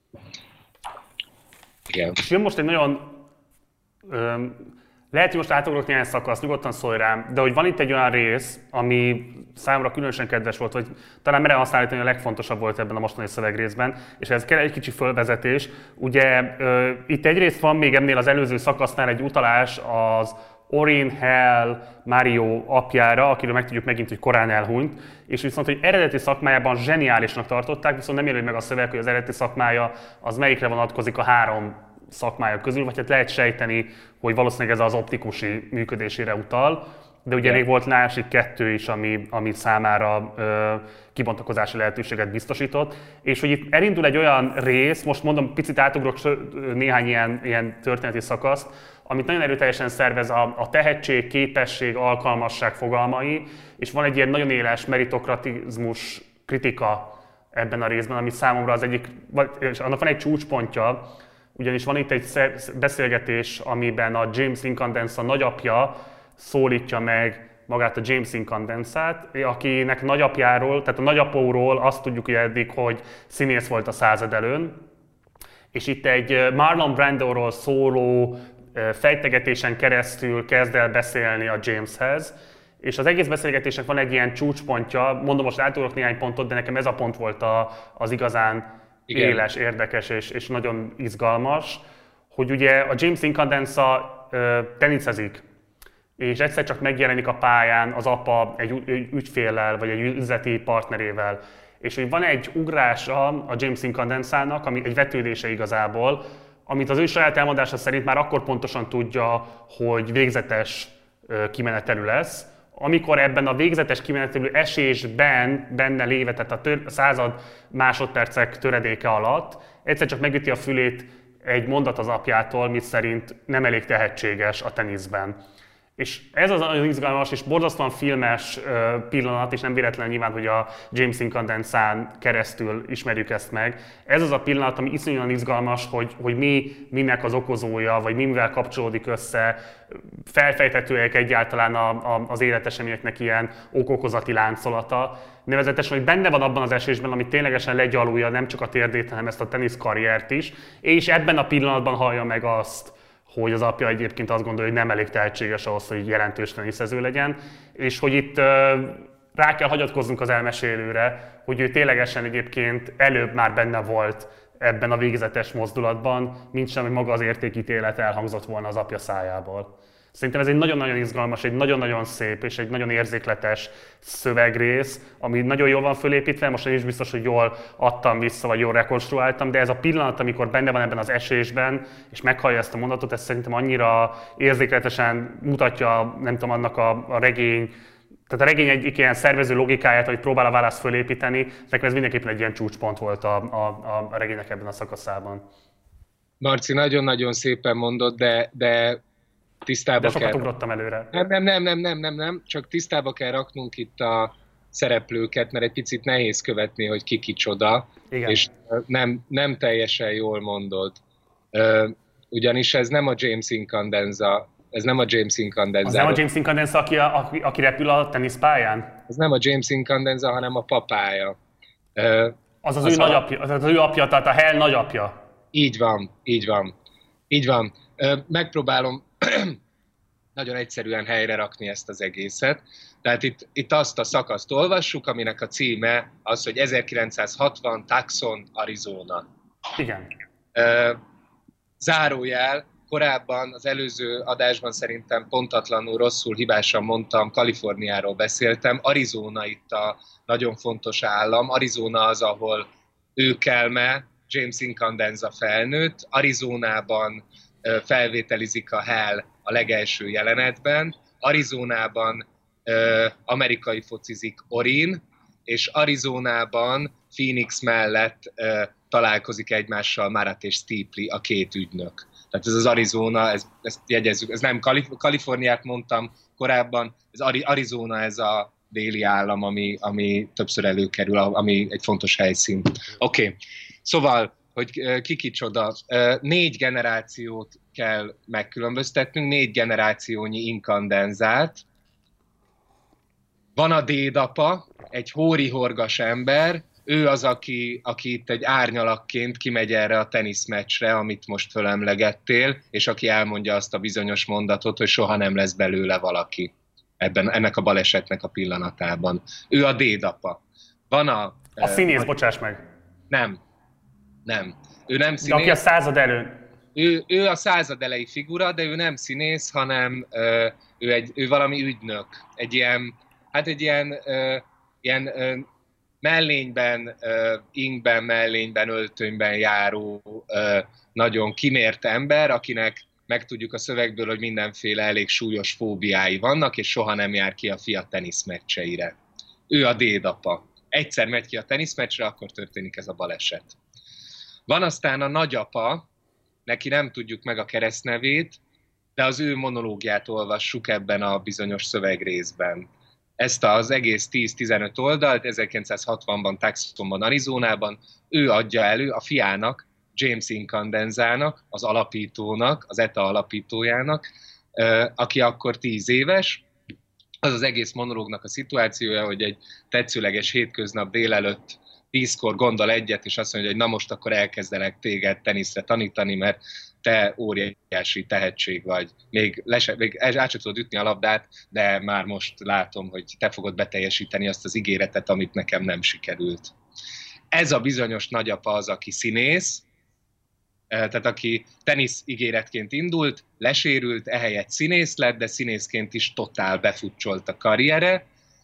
Igen. És jön most egy nagyon... Ö, lehet, hogy most átugrok néhány szakasz, nyugodtan szólj rám, de hogy van itt egy olyan rész, ami számomra különösen kedves volt, hogy talán merem azt állítani, hogy a legfontosabb volt ebben a mostani szövegrészben, és ez kell egy kicsi fölvezetés. Ugye ö, itt egyrészt van még ennél az előző szakasznál egy utalás az Orrin Hale Mario apjára, akiről megtudjuk megint, hogy korán elhunyt, és viszont, hogy eredeti szakmájában zseniálisnak tartották, viszont nem jelöli meg a szöveg, hogy az eredeti szakmája az melyikre vonatkozik a három szakmája közül, vagy hát lehet sejteni, hogy valószínűleg ez az optikusi működésére utal, de ugye még volt másik kettő is, ami, ami számára ö, kibontakozási lehetőséget biztosított, és hogy itt elindul egy olyan rész, most mondom, picit átugrok néhány ilyen, ilyen történeti szakaszt, amit nagyon erőteljesen szervez a, a tehetség, képesség, alkalmasság fogalmai, és van egy ilyen nagyon éles meritokratizmus kritika ebben a részben, ami számomra az egyik, és annak van egy csúcspontja, ugyanis van itt egy beszélgetés, amiben a James Incandensa nagyapja szólítja meg magát a James Incandensát, akinek nagyapjáról, tehát a nagyapóról azt tudjuk hogy eddig, hogy színész volt a század előn, és itt egy Marlon Brandoról szóló fejtegetésen keresztül kezd el beszélni a Jameshez, és az egész beszélgetésnek van egy ilyen csúcspontja, mondom most átugrok néhány pontot, de nekem ez a pont volt a, az igazán Igen. éles, érdekes és, és nagyon izgalmas, hogy ugye a James Incandensa teniszezik, és egyszer csak megjelenik a pályán az apa egy ügyféllel, vagy egy üzleti partnerével. És hogy van egy ugrása a James Incandensának, ami egy vetődése igazából, amit az ő saját elmondása szerint már akkor pontosan tudja, hogy végzetes kimenetelű lesz. Amikor ebben a végzetes kimenetelű esésben benne léve, tehát a, tör, a század másodpercek töredéke alatt, egyszer csak megüti a fülét egy mondat az apjától, mit szerint nem elég tehetséges a teniszben. És ez az nagyon izgalmas és borzasztóan filmes pillanat, és nem véletlen nyilván, hogy a James Incandensán keresztül ismerjük ezt meg. Ez az a pillanat, ami iszonyúan izgalmas, hogy, hogy mi minek az okozója, vagy mi mivel kapcsolódik össze, felfejthetőek egyáltalán a, a, az életeseményeknek ilyen ok-okozati láncolata. Nevezetesen, hogy benne van abban az esésben, ami ténylegesen legyalulja nem csak a térdét, hanem ezt a teniszkarriert is, és ebben a pillanatban hallja meg azt, hogy az apja egyébként azt gondolja, hogy nem elég tehetséges ahhoz, hogy jelentős teniszező legyen, és hogy itt uh, rá kell hagyatkoznunk az elmesélőre, hogy ő ténylegesen egyébként előbb már benne volt ebben a végzetes mozdulatban, mint sem, hogy maga az értékítélet elhangzott volna az apja szájából. Szerintem ez egy nagyon-nagyon izgalmas, egy nagyon-nagyon szép és egy nagyon érzékletes szövegrész, ami nagyon jól van fölépítve, most én is biztos, hogy jól adtam vissza, vagy jól rekonstruáltam, de ez a pillanat, amikor benne van ebben az esésben, és meghallja ezt a mondatot, ez szerintem annyira érzékletesen mutatja, nem tudom, annak a, a regény, tehát a regény egyik ilyen szervező logikáját, hogy próbál a választ fölépíteni, nekem ez mindenképpen egy ilyen csúcspont volt a, a, a regénynek ebben a szakaszában. Marci, nagyon-nagyon szépen mondod, de, de tisztába De sokat kell... ugrottam előre. Nem, nem, nem, nem, nem, nem, nem, csak tisztába kell raknunk itt a szereplőket, mert egy picit nehéz követni, hogy ki kicsoda, Igen. és nem, nem teljesen jól mondod. Ugyanis ez nem a James Incandensa, ez nem a James Incandensa. Az nem a James Incandensa, aki, aki, aki repül a teniszpályán? Ez nem a James Incandensa, hanem a papája. Az az, az ő a... nagyapja, az az ő apja, tehát a Hale nagyapja. Így van, így van. Így van. Megpróbálom nagyon egyszerűen helyre rakni ezt az egészet. Tehát itt, itt azt a szakaszt olvassuk, aminek a címe az, hogy ezerkilencszázhatvan, Tucson, Arizona. Igen. Zárójel, korábban az előző adásban szerintem pontatlanul, rosszul, hibásan mondtam, Kaliforniáról beszéltem. Arizona itt a nagyon fontos állam. Arizona az, ahol ő kelme, James Incandensa felnőtt. Arizonában felvételizik a Hale a legelső jelenetben. Arizonában uh, amerikai focizik Orrin, és Arizonában Phoenix mellett uh, találkozik egymással Marat és Stipley, a két ügynök. Tehát ez az Arizona, ez, ezt jegyezzük, ez nem Kalif- Kaliforniát mondtam korábban, ez Arizona, ez a déli állam, ami, ami többször előkerül, ami egy fontos helyszín. Oké, okay. Szóval, hogy ki kicsoda. Négy generációt kell megkülönböztetnünk, négy generációnyi Incandensát. Van a dédapa, egy hóri-horgas ember, ő az, aki, aki itt egy árnyalakként kimegy erre a teniszmeccsre, amit most fölemlegettél, és aki elmondja azt a bizonyos mondatot, hogy soha nem lesz belőle valaki ebben, ennek a balesetnek a pillanatában. Ő a dédapa. Van a... A színész, a... bocsáss meg. Nem. Nem. Ő nem színész. De aki a század előn. ő, ő a század elejé figura, de ő nem színész, hanem ö, ő, egy, ő valami ügynök. Egy ilyen, hát egy ilyen, ö, ilyen ö, mellényben, ö, ingben, mellényben, öltönyben járó, ö, nagyon kimért ember, akinek megtudjuk a szövegből, hogy mindenféle elég súlyos fóbiái vannak, és soha nem jár ki a fia teniszmeccseire. Ő a dédapa. Egyszer megy ki a teniszmeccsre, akkor történik ez a baleset. Van aztán a nagyapa, neki nem tudjuk meg a keresztnevét, de az ő monológiát olvassuk ebben a bizonyos szövegrészben. Ezt az egész tíz-tizenöt oldalt ezerkilencszázhatvanban Tucsonban, Arizonában ő adja elő a fiának, James Incandenzának, az alapítónak, az e té á alapítójának, aki akkor tíz éves. Az az egész monológnak a szituációja, hogy egy tetszőleges hétköznap délelőtt tízkor gondol egyet, és azt mondja, hogy na most akkor elkezdenek téged teniszre tanítani, mert te óriási tehetség vagy. Még, lese, még át sem tudod ütni a labdát, de már most látom, hogy te fogod beteljesíteni azt az ígéretet, amit nekem nem sikerült. Ez a bizonyos nagyapa az, aki színész, tehát aki tenisz ígéretként indult, lesérült, ehelyett színész lett, de színészként is totál befutcsolt a karriere,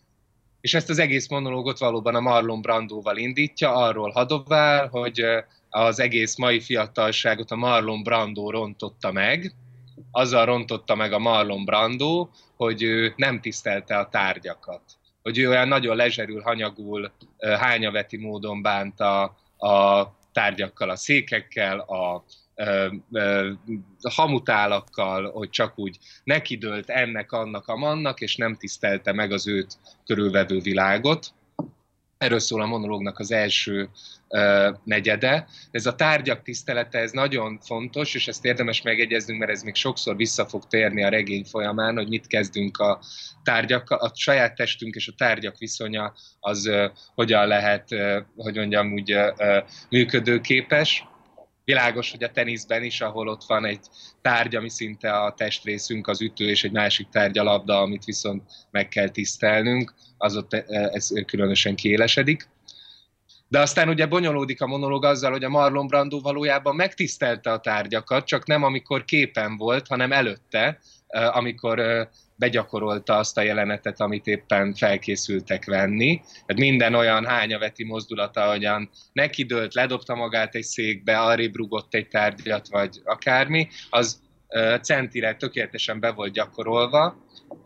és ezt az egész monológot valóban a Marlon Brandóval indítja, arról hadovál, hogy az egész mai fiatalságot a Marlon Brando rontotta meg, azzal rontotta meg a Marlon Brando, hogy ő nem tisztelte a tárgyakat, hogy ő olyan nagyon lezserül, hanyagul, hányaveti módon bánta a tárgyakkal, a székekkel, a ö, ö, hamutálakkal, hogy csak úgy nekidőlt ennek, annak, amannak, és nem tisztelte meg az őt körülvevő világot. Erről szól a monológnak az első ö, negyede. Ez a tárgyak tisztelete, ez nagyon fontos, és ezt érdemes megjegyeznünk, mert ez még sokszor vissza fog térni a regény folyamán, hogy mit kezdünk a tárgyakkal. A saját testünk és a tárgyak viszonya az ö, hogyan lehet, ö, hogy mondjam úgy, ö, működőképes. Világos, hogy a teniszben is, ahol ott van egy tárgy, ami szinte a testrészünk, az ütő, és egy másik tárgy a labda, amit viszont meg kell tisztelnünk, az ott ez különösen kiélesedik. De aztán ugye bonyolódik a monológ azzal, hogy a Marlon Brando valójában megtisztelte a tárgyakat, csak nem amikor képen volt, hanem előtte, amikor begyakorolta azt a jelenetet, amit éppen felkészültek venni. Tehát minden olyan hányaveti mozdulata, ahogyan nekidőlt, ledobta magát egy székbe, arrébb rugott egy tárgyat, vagy akármi, az centire tökéletesen be volt gyakorolva,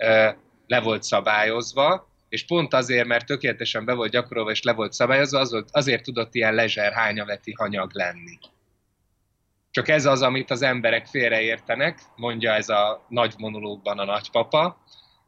le volt szabályozva, és pont azért, mert tökéletesen be volt gyakorolva és le volt szabályozva, azért tudott ilyen lezser, hányaveti hanyag lenni. Csak ez az, amit az emberek félreértenek, mondja ez a nagy monológban a nagypapa,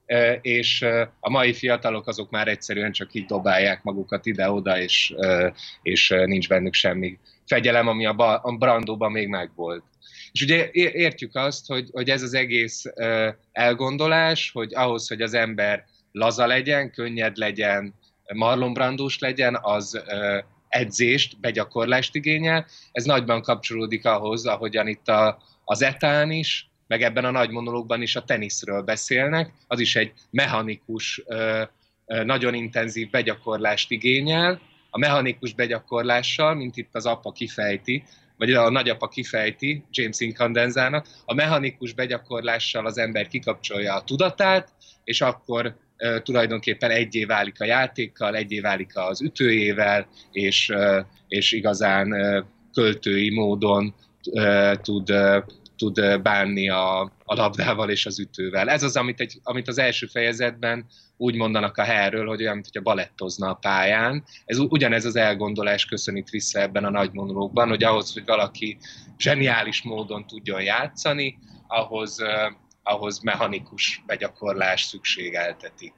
és a mai fiatalok azok már egyszerűen csak így dobálják magukat ide-oda, és, és nincs bennük semmi fegyelem, ami a Brandóban még megvolt. És ugye értjük azt, hogy, hogy ez az egész elgondolás, hogy ahhoz, hogy az ember laza legyen, könnyed legyen, Marlon Brandós legyen, az edzést, begyakorlást igényel. Ez nagyban kapcsolódik ahhoz, ahogyan itt a, az etán is, meg ebben a nagy monológban is a teniszről beszélnek. Az is egy mechanikus, nagyon intenzív begyakorlást igényel. A mechanikus begyakorlással, mint itt az apa kifejti, vagy a nagyapa kifejti James Incandenzának, a mechanikus begyakorlással az ember kikapcsolja a tudatát, és akkor Uh, tulajdonképpen egyé válik a játékkal, egyé válik az ütőjével, és, uh, és igazán uh, költői módon uh, tud, uh, tud bánni a, a labdával és az ütővel. Ez az, amit, egy, amit az első fejezetben úgy mondanak a helyről, hogy olyan, mintha balettozna a pályán. Ez ugyanez az elgondolás köszönít vissza ebben a nagy monológban, hogy ahhoz, hogy valaki zseniális módon tudjon játszani, ahhoz uh, ahhoz mechanikus begyakorlás szükségeltetik.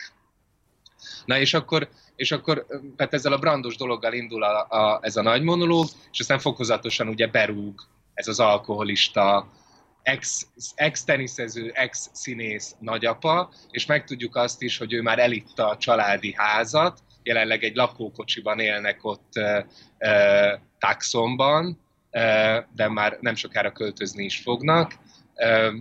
Na és akkor, és akkor tehát ezzel a brandos dologgal indul a, a, ez a nagy monológ, és aztán fokozatosan ugye berúg ez az alkoholista, ex, ex-teniszező, ex-színész nagyapa, és megtudjuk azt is, hogy ő már elitta a családi házat, jelenleg egy lakókocsiban élnek ott e, e, Tucsonban, e, de már nem sokára költözni is fognak. E,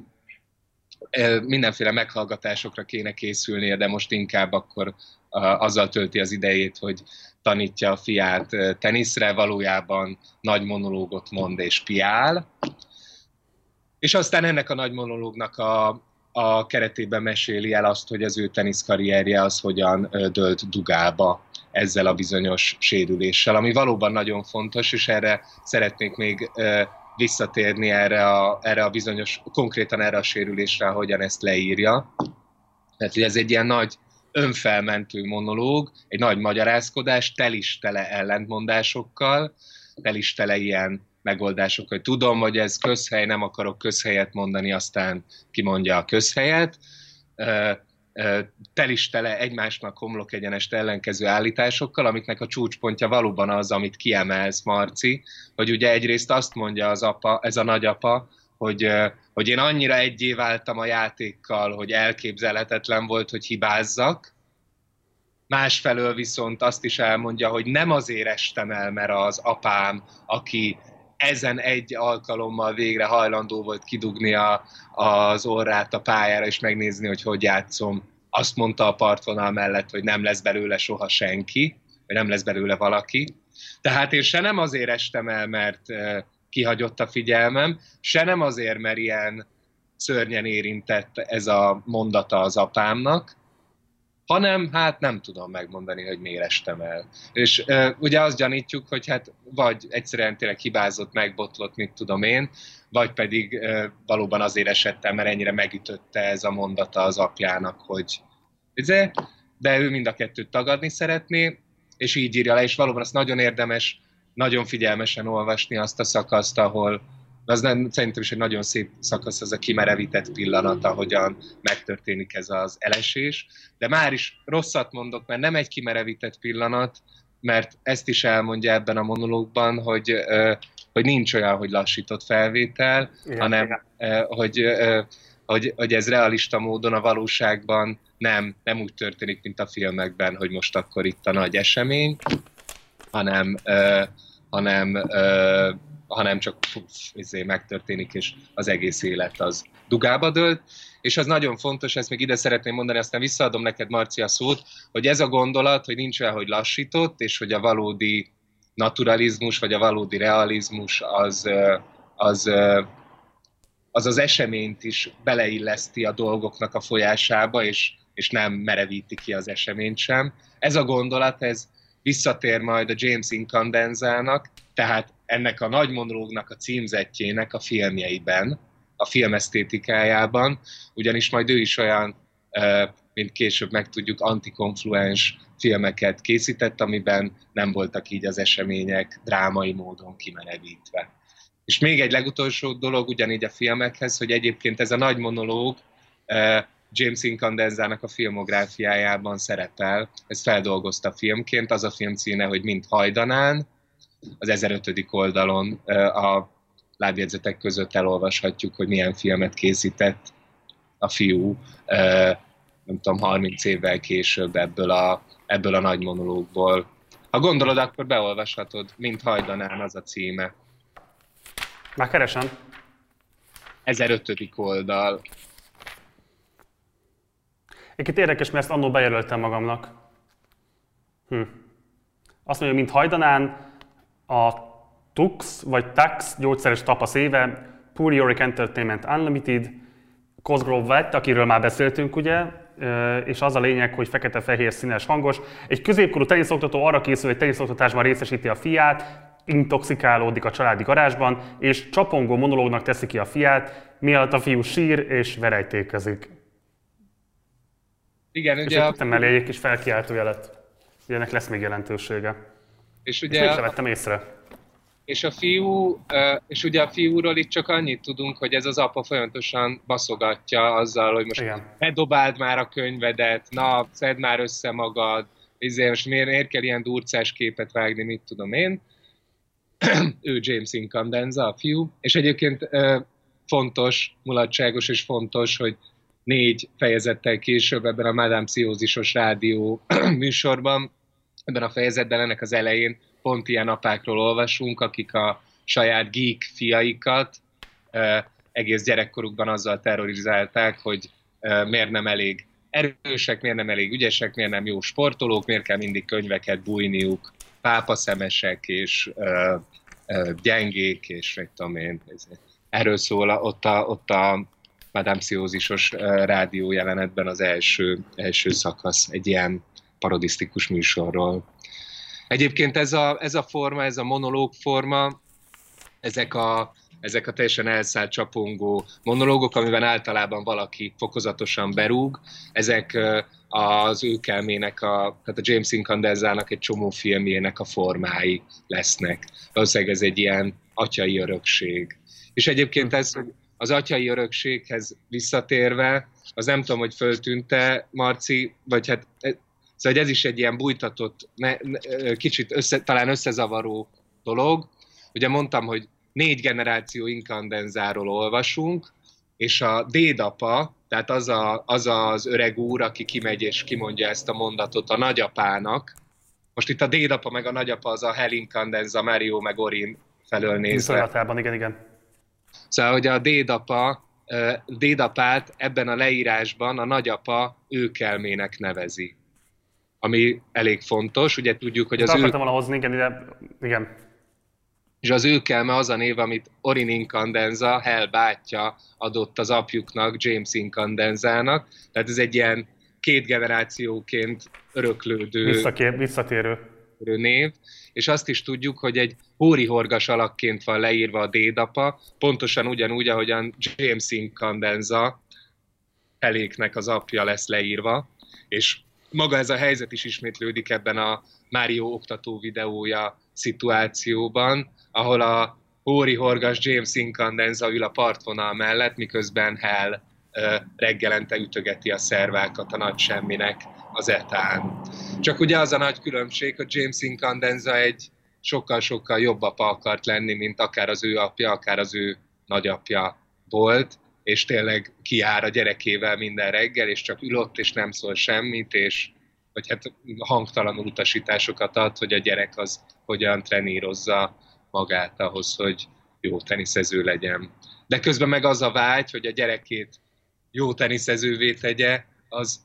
mindenféle meghallgatásokra kéne készülnie, de most inkább akkor azzal tölti az idejét, hogy tanítja a fiát teniszre, valójában nagy monológot mond és piál. És aztán ennek a nagy monológnak a, a keretében meséli el azt, hogy az ő teniszkarrierje az hogyan dőlt dugába ezzel a bizonyos sérüléssel, ami valóban nagyon fontos, és erre szeretnék még visszatérni erre a, erre a bizonyos, konkrétan erre a sérülésre, hogyan ezt leírja. Tehát, hogy ez egy ilyen nagy önfelmentő monológ, egy nagy magyarázkodás, tel is tele ellentmondásokkal, tel is tele ilyen megoldások, hogy tudom, hogy ez közhely, nem akarok közhelyet mondani, aztán kimondja a közhelyet. Tel is tele egymásnak homlok egyenest ellenkező állításokkal, amiknek a csúcspontja valóban az, amit kiemelsz, Marci, hogy ugye egyrészt azt mondja az apa, ez a nagyapa, hogy, hogy én annyira egyé váltam a játékkal, hogy elképzelhetetlen volt, hogy hibázzak. Másfelől viszont azt is elmondja, hogy nem azért estem el, mert az apám, aki ezen egy alkalommal végre hajlandó volt kidugni a, az orrát a pályára, és megnézni, hogy hogy játszom. Azt mondta a partvonal mellett, hogy nem lesz belőle soha senki, vagy nem lesz belőle valaki. Tehát én se nem azért estem el, mert kihagyott a figyelmem, se nem azért, mert ilyen szörnyen érintett ez a mondata az apámnak, hanem hát nem tudom megmondani, hogy miért estem el. És uh, ugye azt gyanítjuk, hogy hát vagy egyszerűen tényleg hibázott, megbotlott, mit tudom én, vagy pedig uh, valóban azért esettem, mert ennyire megütötte ez a mondata az apjának, hogy ugye, de ő mind a kettőt tagadni szeretné, és így írja le, és valóban azt nagyon érdemes, nagyon figyelmesen olvasni azt a szakaszt, ahol az nem, szerintem is egy nagyon szép szakasz az a kimerevített pillanat, ahogyan megtörténik ez az elesés. De már is rosszat mondok, mert nem egy kimerevített pillanat, mert ezt is elmondja ebben a monológban, hogy, hogy nincs olyan, hogy lassított felvétel, igen, hanem igen. Hogy, hogy, hogy ez realista módon a valóságban nem, nem úgy történik, mint a filmekben, hogy most akkor itt a nagy esemény, hanem, hanem hanem csak puf, izé, megtörténik, és az egész élet az dugába dőlt. És az nagyon fontos, ezt még ide szeretném mondani, aztán visszaadom neked, Marci, a szót, hogy ez a gondolat, hogy nincs olyan, hogy lassított, és hogy a valódi naturalizmus, vagy a valódi realizmus az az, az, az eseményt is beleilleszti a dolgoknak a folyásába, és, és nem merevíti ki az eseményt sem. Ez a gondolat, ez visszatér majd a James Incandenzának, tehát ennek a nagy monológnak a címzettjének a filmjeiben, a filmesztétikájában, ugyanis majd ő is olyan, mint később megtudjuk, antikonfluens filmeket készített, amiben nem voltak így az események drámai módon kimenevítve. És még egy legutolsó dolog ugyanígy a filmekhez, hogy egyébként ez a nagy monológ James Incandenzának a filmográfiájában szerepel, ez feldolgozta filmként, az a film címe, hogy Mint hajdanán, az ezerötödik oldalon a lábjegyzetek között elolvashatjuk, hogy milyen filmet készített a fiú, nem tudom, harminc évvel később ebből a, ebből a nagy monológból. Ha gondolod, akkor beolvashatod, Mint hajdanán az a címe. Már keresem. ezerötödik oldal. Egyébként érdekes, mert ezt annól bejelöltem magamnak. Hm. Azt mondja, Mint hajdanán, a Tux vagy Tax gyógyszeres tapasz éve, Pure Yorick Entertainment Unlimited, Cosgrove vett, akiről már beszéltünk, ugye, és az a lényeg, hogy fekete-fehér színes hangos. Egy középkorú teniszoktató arra készül, hogy teniszoktatásban részesíti a fiát, intoxikálódik a családi garázsban, és csapongó monológnak teszi ki a fiát, mielőtt a fiú sír és verejtékezik. Igen, és ugye... És tettem mellé egy kis felkiáltójelet, hogy ennek lesz még jelentősége. És ugye... És mégsem vettem észre. És a fiú, és ugye a fiúról itt csak annyit tudunk, hogy ez az apa folyamatosan baszogatja azzal, hogy most igen, ne dobáld már a könyvedet, na, szedd már össze magad, ezért most miért, miért kell ilyen durcás képet vágni, mit tudom én. Ő James Incandenza, a fiú. És egyébként fontos, mulatságos és fontos, hogy négy fejezettel később ebben a Madame Pszichózisos rádió műsorban, ebben a fejezetben ennek az elején pont ilyen apákról olvasunk, akik a saját geek fiaikat eh, egész gyerekkorukban azzal terrorizálták, hogy eh, miért nem elég erősek, miért nem elég ügyesek, miért nem jó sportolók, miért kell mindig könyveket bújniuk, pápaszemesek és eh, eh, gyengék, és mit tudom én, Erről szól ott a, ott a Madame Pszichózisos rádió jelenetben az első, első szakasz, egy ilyen parodisztikus műsorról. Egyébként ez a, ez a forma, ez a monológ forma, ezek a, ezek a teljesen elszállt csapongó monológok, amiben általában valaki fokozatosan berúg, ezek az őkelmének, a, tehát a James Incandenzának egy csomó filmjének a formái lesznek. Valószínűleg ez egy ilyen atyai örökség. És egyébként ez, hogy az atyai örökséghez visszatérve, az nem tudom, hogy föltűnte, Marci, vagy hát szóval ez is egy ilyen bújtatott, ne, ne, kicsit össze, talán összezavaró dolog. Ugye mondtam, hogy négy generáció inkandenzáról olvasunk, és a dédapa, tehát az, a, az az öreg úr, aki kimegy és kimondja ezt a mondatot a nagyapának. Most itt a dédapa meg a nagyapa az a Hell Incandenza, Mario meg Orin felől nézve. Viszonylatában, igen, igen. Szóval, hogy a dédapa, dédapát ebben a leírásban a nagyapa őkelmének nevezi. Ami elég fontos, ugye tudjuk, hogy az ő... ő... volna hozni, igen, ide... igen. És az őkelme az a név, amit Orin Incandenza, Hell bátyja adott az apjuknak, James Incandenzának. Tehát ez egy ilyen két generációként öröklődő... Visszakér, visszatérő. név. És azt is tudjuk, hogy egy hórihorgas alakként van leírva a dédapa, pontosan ugyanúgy, ahogyan James Incandenza Helléknek az apja lesz leírva, és maga ez a helyzet is ismétlődik ebben a Mario oktató videója szituációban, ahol a hórihorgas James Incandenza ül a partvonal mellett, miközben Hell reggelente ütögeti a szervákat a nagy semminek az etán. Csak ugye az a nagy különbség, hogy James Incandenza egy sokkal-sokkal jobb apa akart lenni, mint akár az ő apja, akár az ő nagyapja volt, és tényleg kijár a gyerekével minden reggel, és csak ül ott, és nem szól semmit, és vagy hát hangtalanul utasításokat ad, hogy a gyerek az hogyan trenírozza magát ahhoz, hogy jó teniszező legyen. De közben meg az a vágy, hogy a gyerekét jó teniszezővé tegye, az,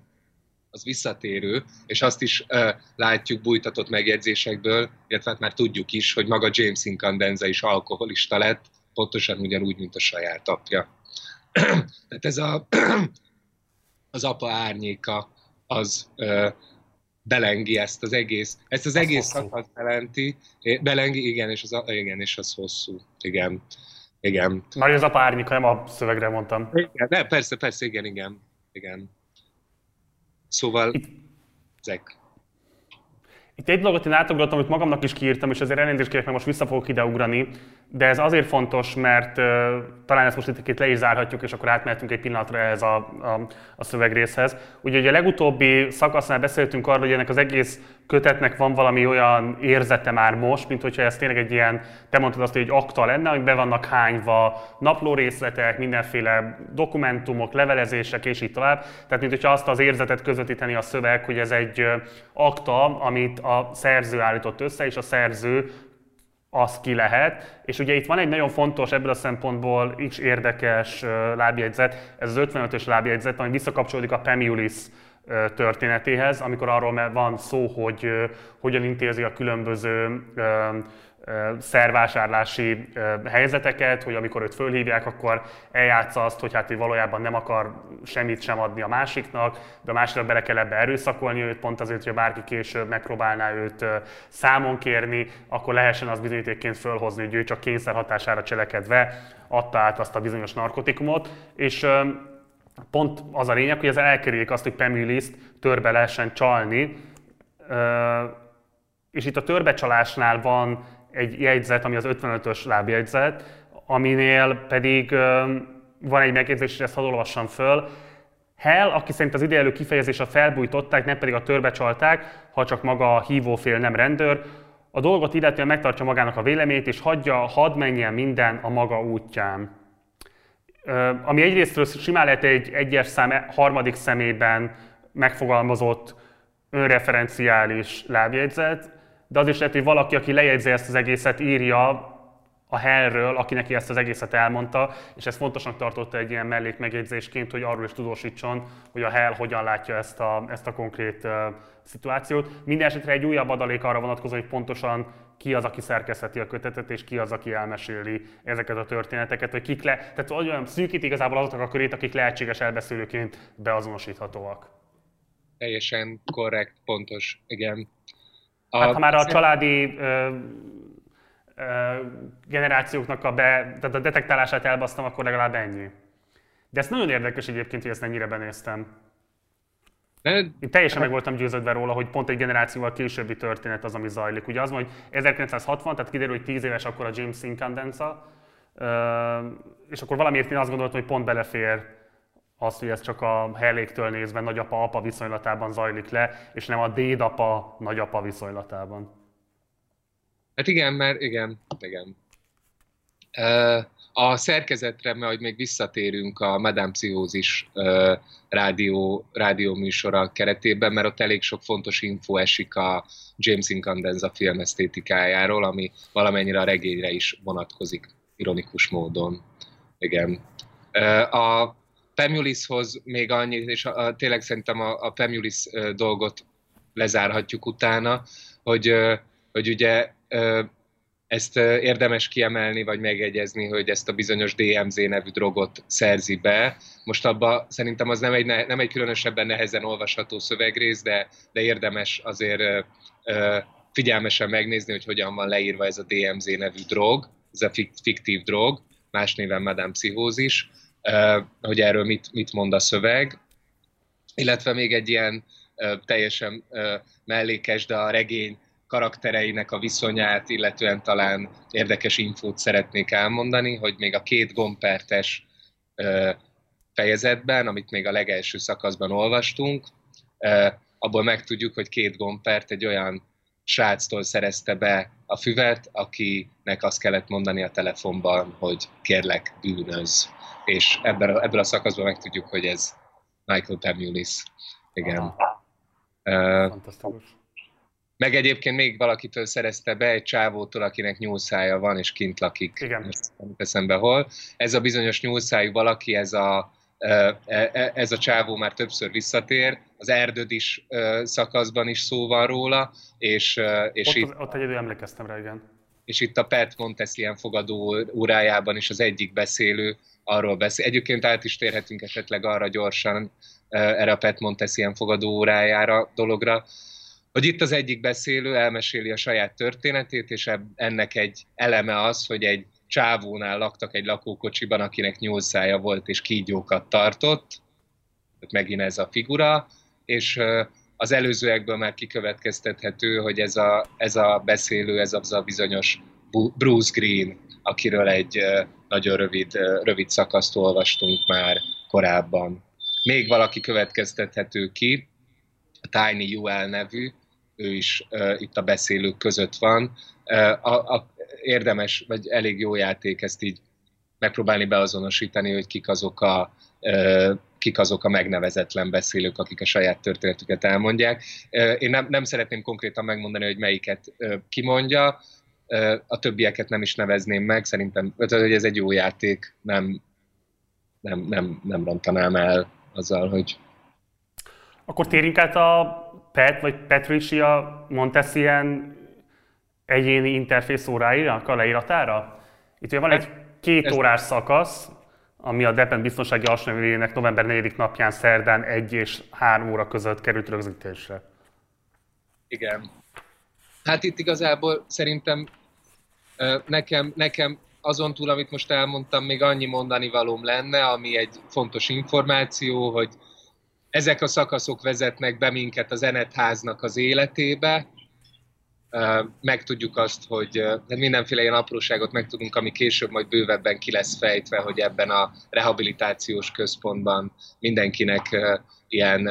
az visszatérő, és azt is uh, látjuk bújtatott megjegyzésekből, illetve hát már tudjuk is, hogy maga James Incandenza is alkoholista lett, pontosan ugyanúgy, mint a saját apja. Tehát ez a, az apa árnyéka, az uh, belengi ezt az egész, ezt az, az egész szakasz belenti, belengi, igen, és az, igen, és az hosszú, igen. Igen. Már az apa árnyéka, nem a szövegre mondtam. Igen, de persze, persze, igen, igen, igen. Szóval, Itt, ezek. Itt egy dolgot én átugrottam, amit magamnak is kiírtam, és ezért elnézést kérek, mert most vissza fogok ide ugrani, de ez azért fontos, mert uh, talán ezt most itt le is zárhatjuk, és akkor átmehetünk egy pillanatra ehhez a, a, a szövegrészhez. Ugye, ugye a legutóbbi szakasznál beszéltünk arról, hogy ennek az egész kötetnek van valami olyan érzete már most, mint hogyha ez tényleg egy ilyen, te mondtad azt, hogy egy akta lenne, hogy be vannak hányva naplórészletek, mindenféle dokumentumok, levelezések, és így tovább. Tehát, mint hogyha azt az érzetet közvetíteni a szöveg, hogy ez egy akta, amit a szerző állított össze, és a szerző az ki lehet. És ugye itt van egy nagyon fontos, ebből a szempontból is érdekes lábjegyzet, ez az ötvenötös lábjegyzet, ami visszakapcsolódik a Pemulis történetéhez, amikor arról van szó, hogy hogyan intézi a különböző szervásárlási helyzeteket, hogy amikor őt fölhívják, akkor eljátsza azt, hogy hát ő valójában nem akar semmit sem adni a másiknak, de a másiknak bele kell ebbe erőszakolni őt, pont azért, hogy bárki később megpróbálná őt számon kérni, akkor lehessen az bizonyítékként fölhozni, hogy ő csak kényszer hatására cselekedve adta át azt a bizonyos narkotikumot, és pont az a lényeg, hogy ezzel elkerüljék azt, hogy Pemuliszt törbe lehessen csalni, és itt a törbecsalásnál van egy jegyzet, ami az ötvenötös lábjegyzet, aminél pedig van egy megjegyzés, és ezt hadd olvassam föl. Hell, aki szerint az idejelő kifejezés a felbújtották, nem pedig a törbecsalták, ha csak maga a hívófél nem rendőr, a dolgot illetően megtartja magának a véleményét, és hagyja, hadd menjen minden a maga útján. Ami egyrésztről simán lehet egy egyes szám harmadik szemében megfogalmazott önreferenciális lábjegyzet, de az is lehet, hogy valaki, aki lejegyzi ezt az egészet, írja a Hellről, aki neki ezt az egészet elmondta, és ezt fontosnak tartotta egy ilyen mellékmegjegyzésként, hogy arról is tudósítson, hogy a Hell hogyan látja ezt a, ezt a konkrét uh, szituációt. Mindenesetre egy újabb adalék arra vonatkozó, hogy pontosan ki az, aki szerkesztheti a kötetet, és ki az, aki elmeséli ezeket a történeteket, hogy kik le, tehát olyan szűkít igazából azoknak a körét, akik lehetséges elbeszélőként beazonosíthatóak. Teljesen korrekt, pontos, igen. A... Hát ha már a családi ö, ö, generációknak a, be, tehát a detektálását elbasztam, akkor legalább ennyi. De ez nagyon érdekes egyébként, hogy ezt ennyire benéztem. De... Én teljesen meg voltam győződve róla, hogy pont egy generációval későbbi történet az, ami zajlik. Ugye az van, hogy ezerkilencszázhatvan, tehát kiderül, hogy tíz éves akkor a James Incandenza, és akkor valamiért én azt gondoltam, hogy pont belefér azt, hogy ez csak a Helléktől nézve nagyapa-apa viszonylatában zajlik le, és nem a dédapa nagyapa viszonylatában. Hát igen, mert igen, igen. A szerkezetre majd még visszatérünk a Madame Pszichózis rádió, rádió műsora keretében, mert ott elég sok fontos info esik a James Incandenza film esztétikájáról, ami valamennyire a regényre is vonatkozik, ironikus módon. Igen. A Pemulishoz még annyi, és a, a, tényleg szerintem a, a Pemulis dolgot lezárhatjuk utána, hogy, hogy ugye ezt érdemes kiemelni, vagy megegyezni, hogy ezt a bizonyos dé em zé nevű drogot szerzi be. Most abban szerintem az nem egy, nem egy különösebben nehezen olvasható szövegrész, de, de érdemes azért figyelmesen megnézni, hogy hogyan van leírva ez a dé em zé nevű drog, ez a fiktív drog, más néven Madame Pszichózis, hogy erről mit, mit mond a szöveg. Illetve még egy ilyen teljesen mellékes, de a regény karaktereinek a viszonyát, illetően talán érdekes infót szeretnék elmondani, hogy még a két gompertes fejezetben, amit még a legelső szakaszban olvastunk, abból megtudjuk, hogy két gompert egy olyan sráctól szerezte be a füvet, akinek azt kellett mondani a telefonban, hogy kérlek, bűnözz. És ebből, ebből a szakaszban megtudjuk, hogy ez Michael Pemulis. Igen. Fantasztikus. Meg egyébként még valakitől szerezte be, egy csávótól, akinek nyúlszája van, és kint lakik. Igen. Nem teszem be hol. Ez a bizonyos nyúlszájú valaki, ez a, ez a csávó már többször visszatér, az Erdődis szakaszban is szó van róla, és, és ott, itt, ott egyedül emlékeztem rá, igen. És itt a Pat Montesquieu fogadó órájában is az egyik beszélő arról beszél. Egyébként át is térhetünk esetleg arra gyorsan, erre a Pat Montesquieu fogadó órájára dologra, hogy itt az egyik beszélő elmeséli a saját történetét, és ennek egy eleme az, hogy egy csávónál laktak egy lakókocsiban, akinek nyúlszája volt és kígyókat tartott, megint ez a figura, és az előzőekből már kikövetkeztethető, hogy ez a, ez a beszélő, ez az a bizonyos Bruce Green, akiről egy nagyon rövid, rövid szakaszt olvastunk már korábban. Még valaki következtethető ki, a Tiny Ewell nevű, ő is uh, itt a beszélők között van. Uh, a, a, érdemes, vagy elég jó játék ezt így megpróbálni beazonosítani, hogy kik azok a, uh, kik azok a megnevezetlen beszélők, akik a saját történetüket elmondják. Uh, én nem, nem szeretném konkrétan megmondani, hogy melyiket uh, kimondja, uh, a többieket nem is nevezném meg, szerintem hogy ez egy jó játék, nem, nem, nem, nem rontanám el azzal, hogy... Akkor térjünk át a Pat vagy Patricia Montesquieu egyéni interfész óráinak a leíratára? Itt ugye van egy két órás szakasz, ami a Deppen biztonsági alsónevének november negyedik napján szerdán egy és három óra között került rögzítésre. Igen. Hát itt igazából szerintem nekem, nekem azon túl, amit most elmondtam, még annyi mondani valóm lenne, ami egy fontos információ, hogy ezek a szakaszok vezetnek be minket az Enetháznak az életébe. Megtudjuk azt, hogy mindenféle ilyen apróságot megtudunk, ami később majd bővebben ki lesz fejtve, hogy ebben a rehabilitációs központban mindenkinek ilyen,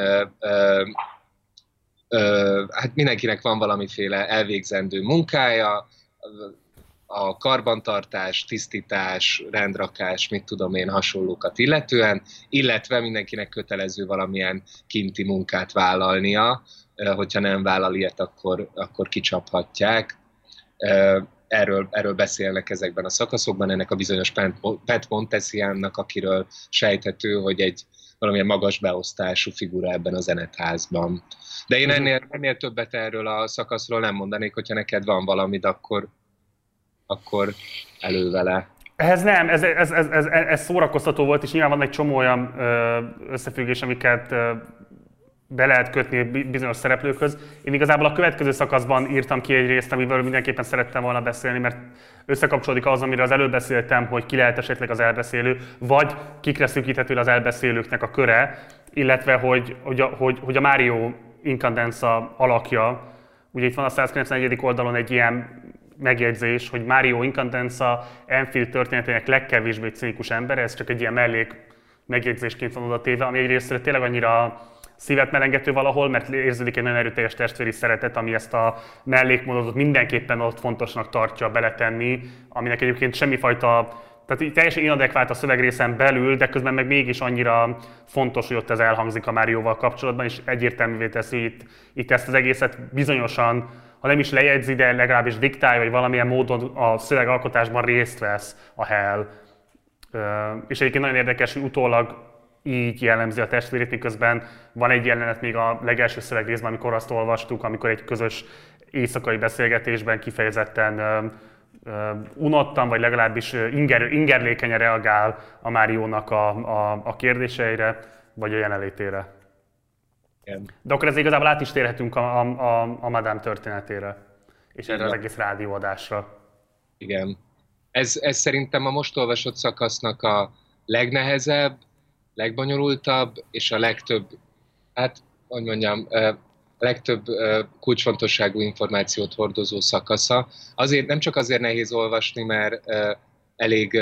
hát mindenkinek van valamiféle elvégzendő munkája, a karbantartás, tisztítás, rendrakás, mit tudom én, hasonlókat illetően, illetve mindenkinek kötelező valamilyen kinti munkát vállalnia, hogyha nem vállal ilyet, akkor, akkor kicsaphatják. erről, erről beszélnek ezekben a szakaszokban, ennek a bizonyos Pat Montesiannak, akiről sejthető, hogy egy valamilyen magas beosztású figura ebben a zenetházban. De én ennél, ennél többet erről a szakaszról nem mondanék, hogyha neked van valamit, akkor, akkor elő vele. Ehhez nem, ez, ez, ez, ez, ez szórakoztató volt, és nyilván van egy csomó olyan összefüggés, amiket be lehet kötni bizonyos szereplőkhöz. Én igazából a következő szakaszban írtam ki egy részt, amiből mindenképpen szerettem volna beszélni, mert összekapcsolódik az, amiről az előbb beszéltem, hogy ki lehet esetleg az elbeszélő, vagy kikre szűkíthető az elbeszélőknek a köre, illetve hogy, hogy, a, hogy, hogy a Mario Incandenza alakja. Ugye itt van a százkilencvenegyedik oldalon egy ilyen megjegyzés, hogy Mario Incandenza Enfield történetének legkevésbé cinikus ember, ez csak egy ilyen mellék megjegyzésként van oda téve, ami egyrészt tényleg annyira szívet melengető valahol, mert érződik egy nagyon erőteljes testvéri szeretet, ami ezt a mellékmódot mindenképpen ott fontosnak tartja beletenni, aminek egyébként semmifajta, tehát teljesen inadekvált a szövegrészen belül, de közben meg mégis annyira fontos, hogy ott ez elhangzik a Márióval kapcsolatban, és egyértelművé teszi itt, itt ezt az egészet bizonyosan, ha nem is lejegyzi, de legalábbis diktálja, vagy valamilyen módon a szövegalkotásban részt vesz a Hell. És egyébként nagyon érdekes, hogy utólag így jellemzi a testvérét, miközben van egy jelenet még a legelső szövegrészben, amikor azt olvastuk, amikor egy közös éjszakai beszélgetésben kifejezetten unottan, vagy legalábbis inger, ingerlékenyen reagál a Máriónak a, a, a kérdéseire, vagy a jelenlétére. Igen. De akkor ez igazából át is térhetünk a, a, a Madame történetére, és erre az egész rádióadásra. Igen. Ez, ez szerintem a most olvasott szakasznak a legnehezebb, legbonyolultabb, és a legtöbb, hát, hogy mondjam, a legtöbb kulcsfontosságú információt hordozó szakasza. Azért, nem csak azért nehéz olvasni, mert elég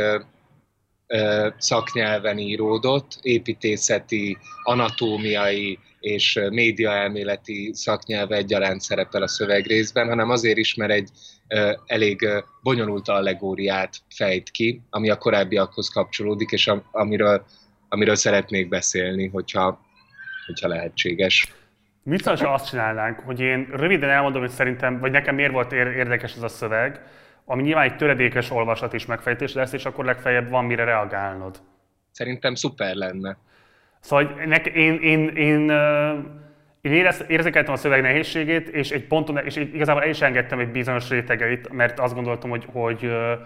szaknyelven íródott, építészeti, anatómiai és médiaelméleti szaknyelve egyaránt szerepel a szövegrészben, hanem azért is, mert egy elég bonyolult allegóriát fejt ki, ami a korábbiakhoz kapcsolódik, és amiről, amiről szeretnék beszélni, hogyha, hogyha lehetséges. Mit szól, ha azt csinálnánk, hogy én röviden elmondom, hogy szerintem, vagy nekem miért volt érdekes ez a szöveg, ami nyilván egy töredékes olvasat és megfejtés lesz, és akkor legfeljebb van mire reagálnod. Szerintem szuper lenne. Szóval nek, én, én, én, én érez, érzékeltem a szöveg nehézségét, és egy ponton, és igazából el is engedtem egy bizonyos rétegeit, mert azt gondoltam, hogy, hogy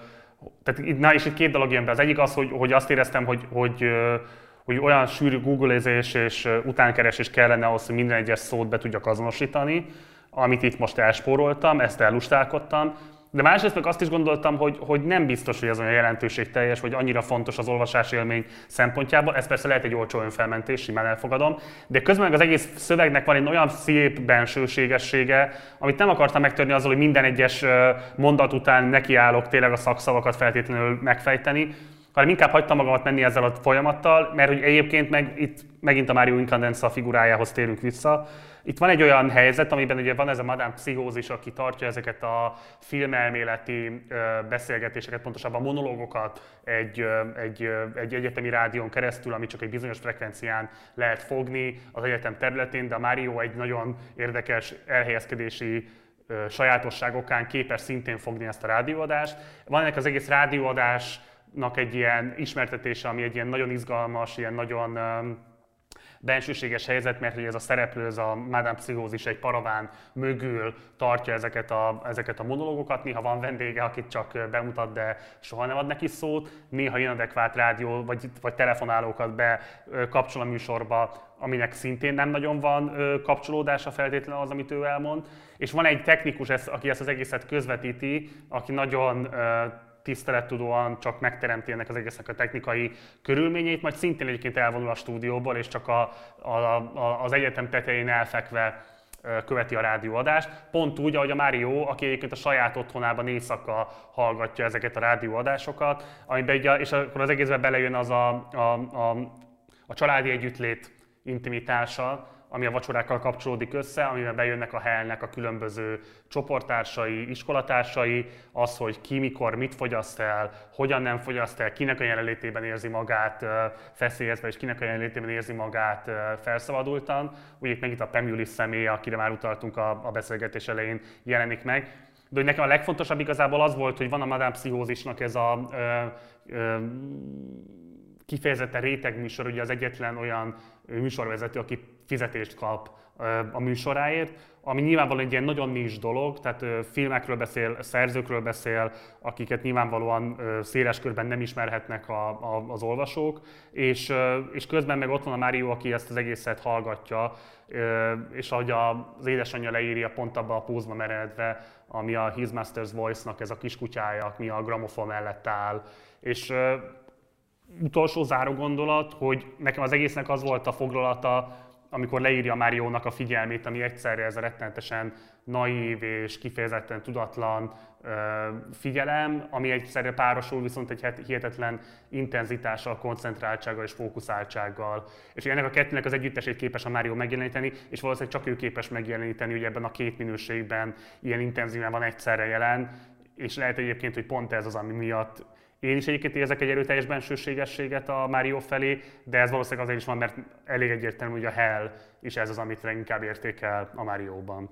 tehát, na, és itt két dolog jön be. Az egyik az, hogy, hogy azt éreztem, hogy, hogy, hogy olyan sűrű googleezés és utánkeresés kellene ahhoz, hogy minden egyes szót be tudjak azonosítani, amit itt most elspóroltam, ezt ellustálkodtam. De másrészt meg azt is gondoltam, hogy, hogy nem biztos, hogy ez olyan jelentőségteljes, vagy annyira fontos az olvasás élmény szempontjából. Ez persze lehet egy olcsó önfelmentés, simán elfogadom. De közben meg az egész szövegnek van egy olyan szép bensőségessége, amit nem akartam megtörni azzal, hogy minden egyes mondat után nekiállok tényleg a szakszavakat feltétlenül megfejteni, hanem inkább hagytam magamat menni ezzel a folyamattal, mert hogy egyébként meg itt megint a Mario Incandenza figurájához térünk vissza. Itt van egy olyan helyzet, amiben ugye van ez a Madame Pszichózis, aki tartja ezeket a filmelméleti beszélgetéseket, pontosabban monológokat egy, egy, egy egyetemi rádión keresztül, ami csak egy bizonyos frekvencián lehet fogni az egyetem területén, de a Mario egy nagyon érdekes elhelyezkedési sajátosságokán képes szintén fogni ezt a rádióadást. Van ennek az egész rádióadásnak egy ilyen ismertetése, ami egy ilyen nagyon izgalmas, ilyen nagyon bensőséges helyzet, mert hogy ez a szereplő, ez a Madame Pszichózis egy paraván mögül tartja ezeket a, ezeket a monológokat. Néha van vendége, akit csak bemutat, de soha nem ad neki szót. Néha inadekvát rádió vagy, vagy telefonálókat bekapcsol a műsorba, aminek szintén nem nagyon van kapcsolódása feltétlenül az, amit ő elmond. És van egy technikus, aki ezt az egészet közvetíti, aki nagyon tisztelettudóan csak megteremti ennek az egésznek a technikai körülményeit, majd szintén egyébként elvonul a stúdióból, és csak a, a, a, az egyetem tetején elfekve követi a rádióadást. Pont úgy, ahogy a Mario, aki egyébként a saját otthonában éjszaka hallgatja ezeket a rádióadásokat, amiben ugye, és akkor az egészben belejön az a, a, a, a családi együttlét intimitása, ami a vacsorákkal kapcsolódik össze, amiben bejönnek a Hellnek a különböző csoporttársai, iskolatársai, az, hogy ki, mikor, mit fogyaszt el, hogyan nem fogyaszt el, kinek a jelenlétében érzi magát feszélyezve, és kinek a jelenlétében érzi magát felszabadultan. Ugye itt megint a Pemulis személye, akire már utaltunk a, a beszélgetés elején, jelenik meg. De hogy nekem a legfontosabb igazából az volt, hogy van a Madame Pszichózisnak ez a ö, ö, kifejezetten rétegműsor, ugye az egyetlen olyan műsorvezető, aki fizetést kap a műsoráért, ami nyilvánvalóan egy ilyen nagyon nincs dolog, tehát filmekről beszél, szerzőkről beszél, akiket nyilvánvalóan széles körben nem ismerhetnek a, a, az olvasók, és, és közben meg ott van a Mário, aki ezt az egészet hallgatja, és ahogy az édesanyja leírja pont abba a pózba meredve, ami a His Master's Voice-nak ez a kiskutyája, ami a gramofon mellett áll. És utolsó záró gondolat, hogy nekem az egésznek az volt a foglalata, amikor leírja Máriónak a figyelmét, ami egyszerre ez a rettenetesen naív és kifejezetten tudatlan ö, figyelem, ami egyszerre párosul viszont egy hihetetlen intenzitással, koncentráltsággal és fókuszáltsággal. És ennek a kettőnek az együttesét képes a Mário megjeleníteni, és valószínűleg csak ő képes megjeleníteni, hogy ebben a két minőségben ilyen intenzíven van egyszerre jelen, és lehet egyébként, hogy pont ez az, ami miatt én is egyébként érzek egy erőteljes bensőségességet a Mário felé, de ez valószínűleg azért is van, mert elég egyértelmű, hogy a Hell is ez az, amit leginkább értékel a Márióban.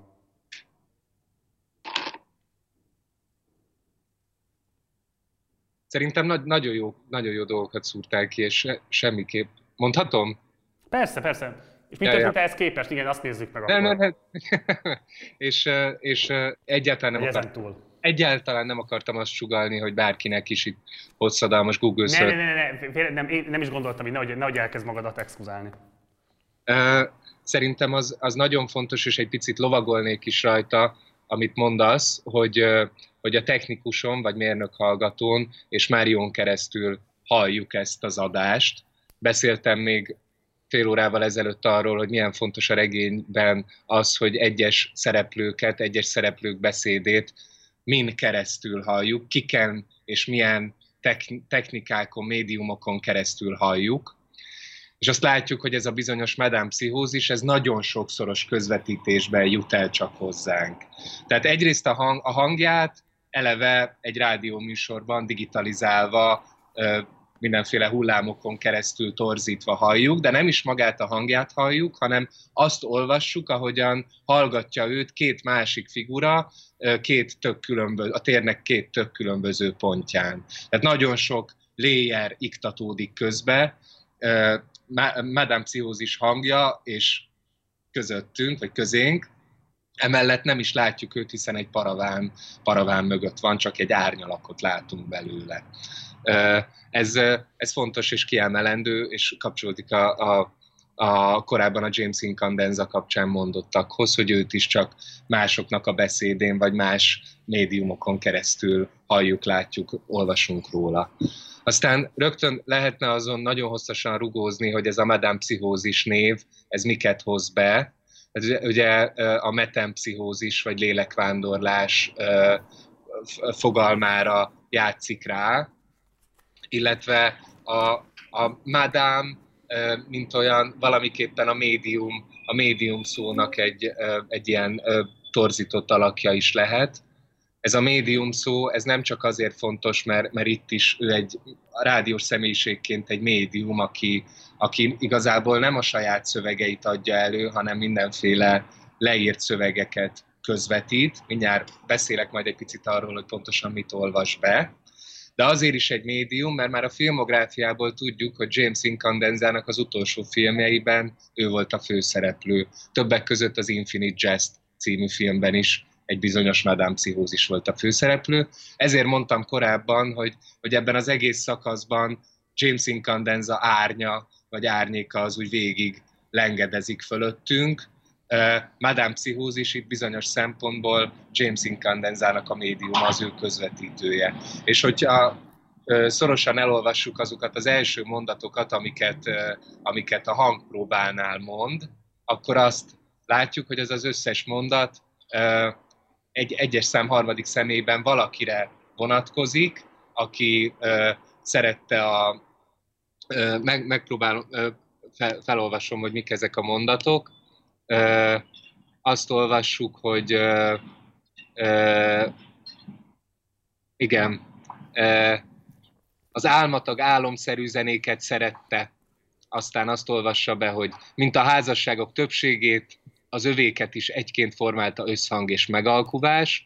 Szerintem na- nagyon, jó, nagyon jó dolgokat szúrtál ki, és se- semmiképp. Mondhatom? Persze, persze. És mit Ja, történt ja. ehhez képest? Igen, azt nézzük meg Ne, akkor. ne, ne. és, és egyáltalán nem, Ezen akar, túl. egyáltalán nem akartam azt sugallni, hogy bárkinek is itt hosszadalmas Google Ne, search. ne, ne, ne, ne, nem, én nem is gondoltam, hogy nehogy, nehogy elkezd magadat exkluzálni. Uh, Szerintem az, az nagyon fontos, és egy picit lovagolnék is rajta, amit mondasz, hogy, uh, hogy a technikuson, vagy mérnök hallgatón, és Márión keresztül halljuk ezt az adást. Beszéltem még fél órával ezelőtt arról, hogy milyen fontos a regényben az, hogy egyes szereplőket, egyes szereplők beszédét min keresztül halljuk, kiken és milyen technikákon, médiumokon keresztül halljuk. És azt látjuk, hogy ez a bizonyos Madame Pszichózis, ez nagyon sokszoros közvetítésben jut el csak hozzánk. Tehát egyrészt a, hang, a hangját eleve egy rádióműsorban digitalizálva, mindenféle hullámokon keresztül torzítva halljuk, de nem is magát a hangját halljuk, hanem azt olvassuk, ahogyan hallgatja őt két másik figura, két tök különböző, a térnek két tök különböző pontján. Tehát nagyon sok layer iktatódik közbe, Madame Pszichózis hangja és közöttünk, vagy közénk, emellett nem is látjuk őt, hiszen egy paraván, paraván mögött van, csak egy árnyalakot látunk belőle. Ez, ez fontos és kiemelendő, és kapcsolódik a, a, a korábban a James Incandenza kapcsán mondottakhoz, hogy őt is csak másoknak a beszédén, vagy más médiumokon keresztül halljuk, látjuk, olvasunk róla. Aztán rögtön lehetne azon nagyon hosszasan rugózni, hogy ez a Madame Pszichózis név, ez miket hoz be. Ugye a metempszichózis, vagy lélekvándorlás fogalmára játszik rá, illetve a, a Madame, mint olyan valamiképpen a médium, a médium szónak egy, egy ilyen torzított alakja is lehet. Ez a médium szó, ez nem csak azért fontos, mert, mert itt is ő egy rádiós személyiségként egy médium, aki, aki igazából nem a saját szövegeit adja elő, hanem mindenféle leírt szövegeket közvetít. Mindjárt beszélek majd egy picit arról, hogy pontosan mit olvas be. De azért is egy médium, mert már a filmográfiából tudjuk, hogy James Incandenzának az utolsó filmjeiben ő volt a főszereplő. Többek között az Infinite Jest című filmben is egy bizonyos Madame Pszichózis volt a főszereplő. Ezért mondtam korábban, hogy, hogy ebben az egész szakaszban James Incandenza árnya, vagy árnyéka az úgy végig lengedezik fölöttünk. Uh, Madame Pszichózis itt bizonyos szempontból James Incandenzának a médiuma, az ő közvetítője. És hogyha uh, szorosan elolvassuk azokat az első mondatokat, amiket, uh, amiket a hangpróbánál mond, akkor azt látjuk, hogy ez az összes mondat uh, egy egyes szám harmadik személyben valakire vonatkozik, aki uh, szerette a... Uh, meg, megpróbálom, uh, fel, felolvasom, hogy mik ezek a mondatok. Uh, azt olvassuk, hogy uh, uh, igen, uh, az álmatag álomszerű zenéket szerette, aztán azt olvassa be, hogy mint a házasságok többségét, az övéket is egyként formálta összhang és megalkuvás,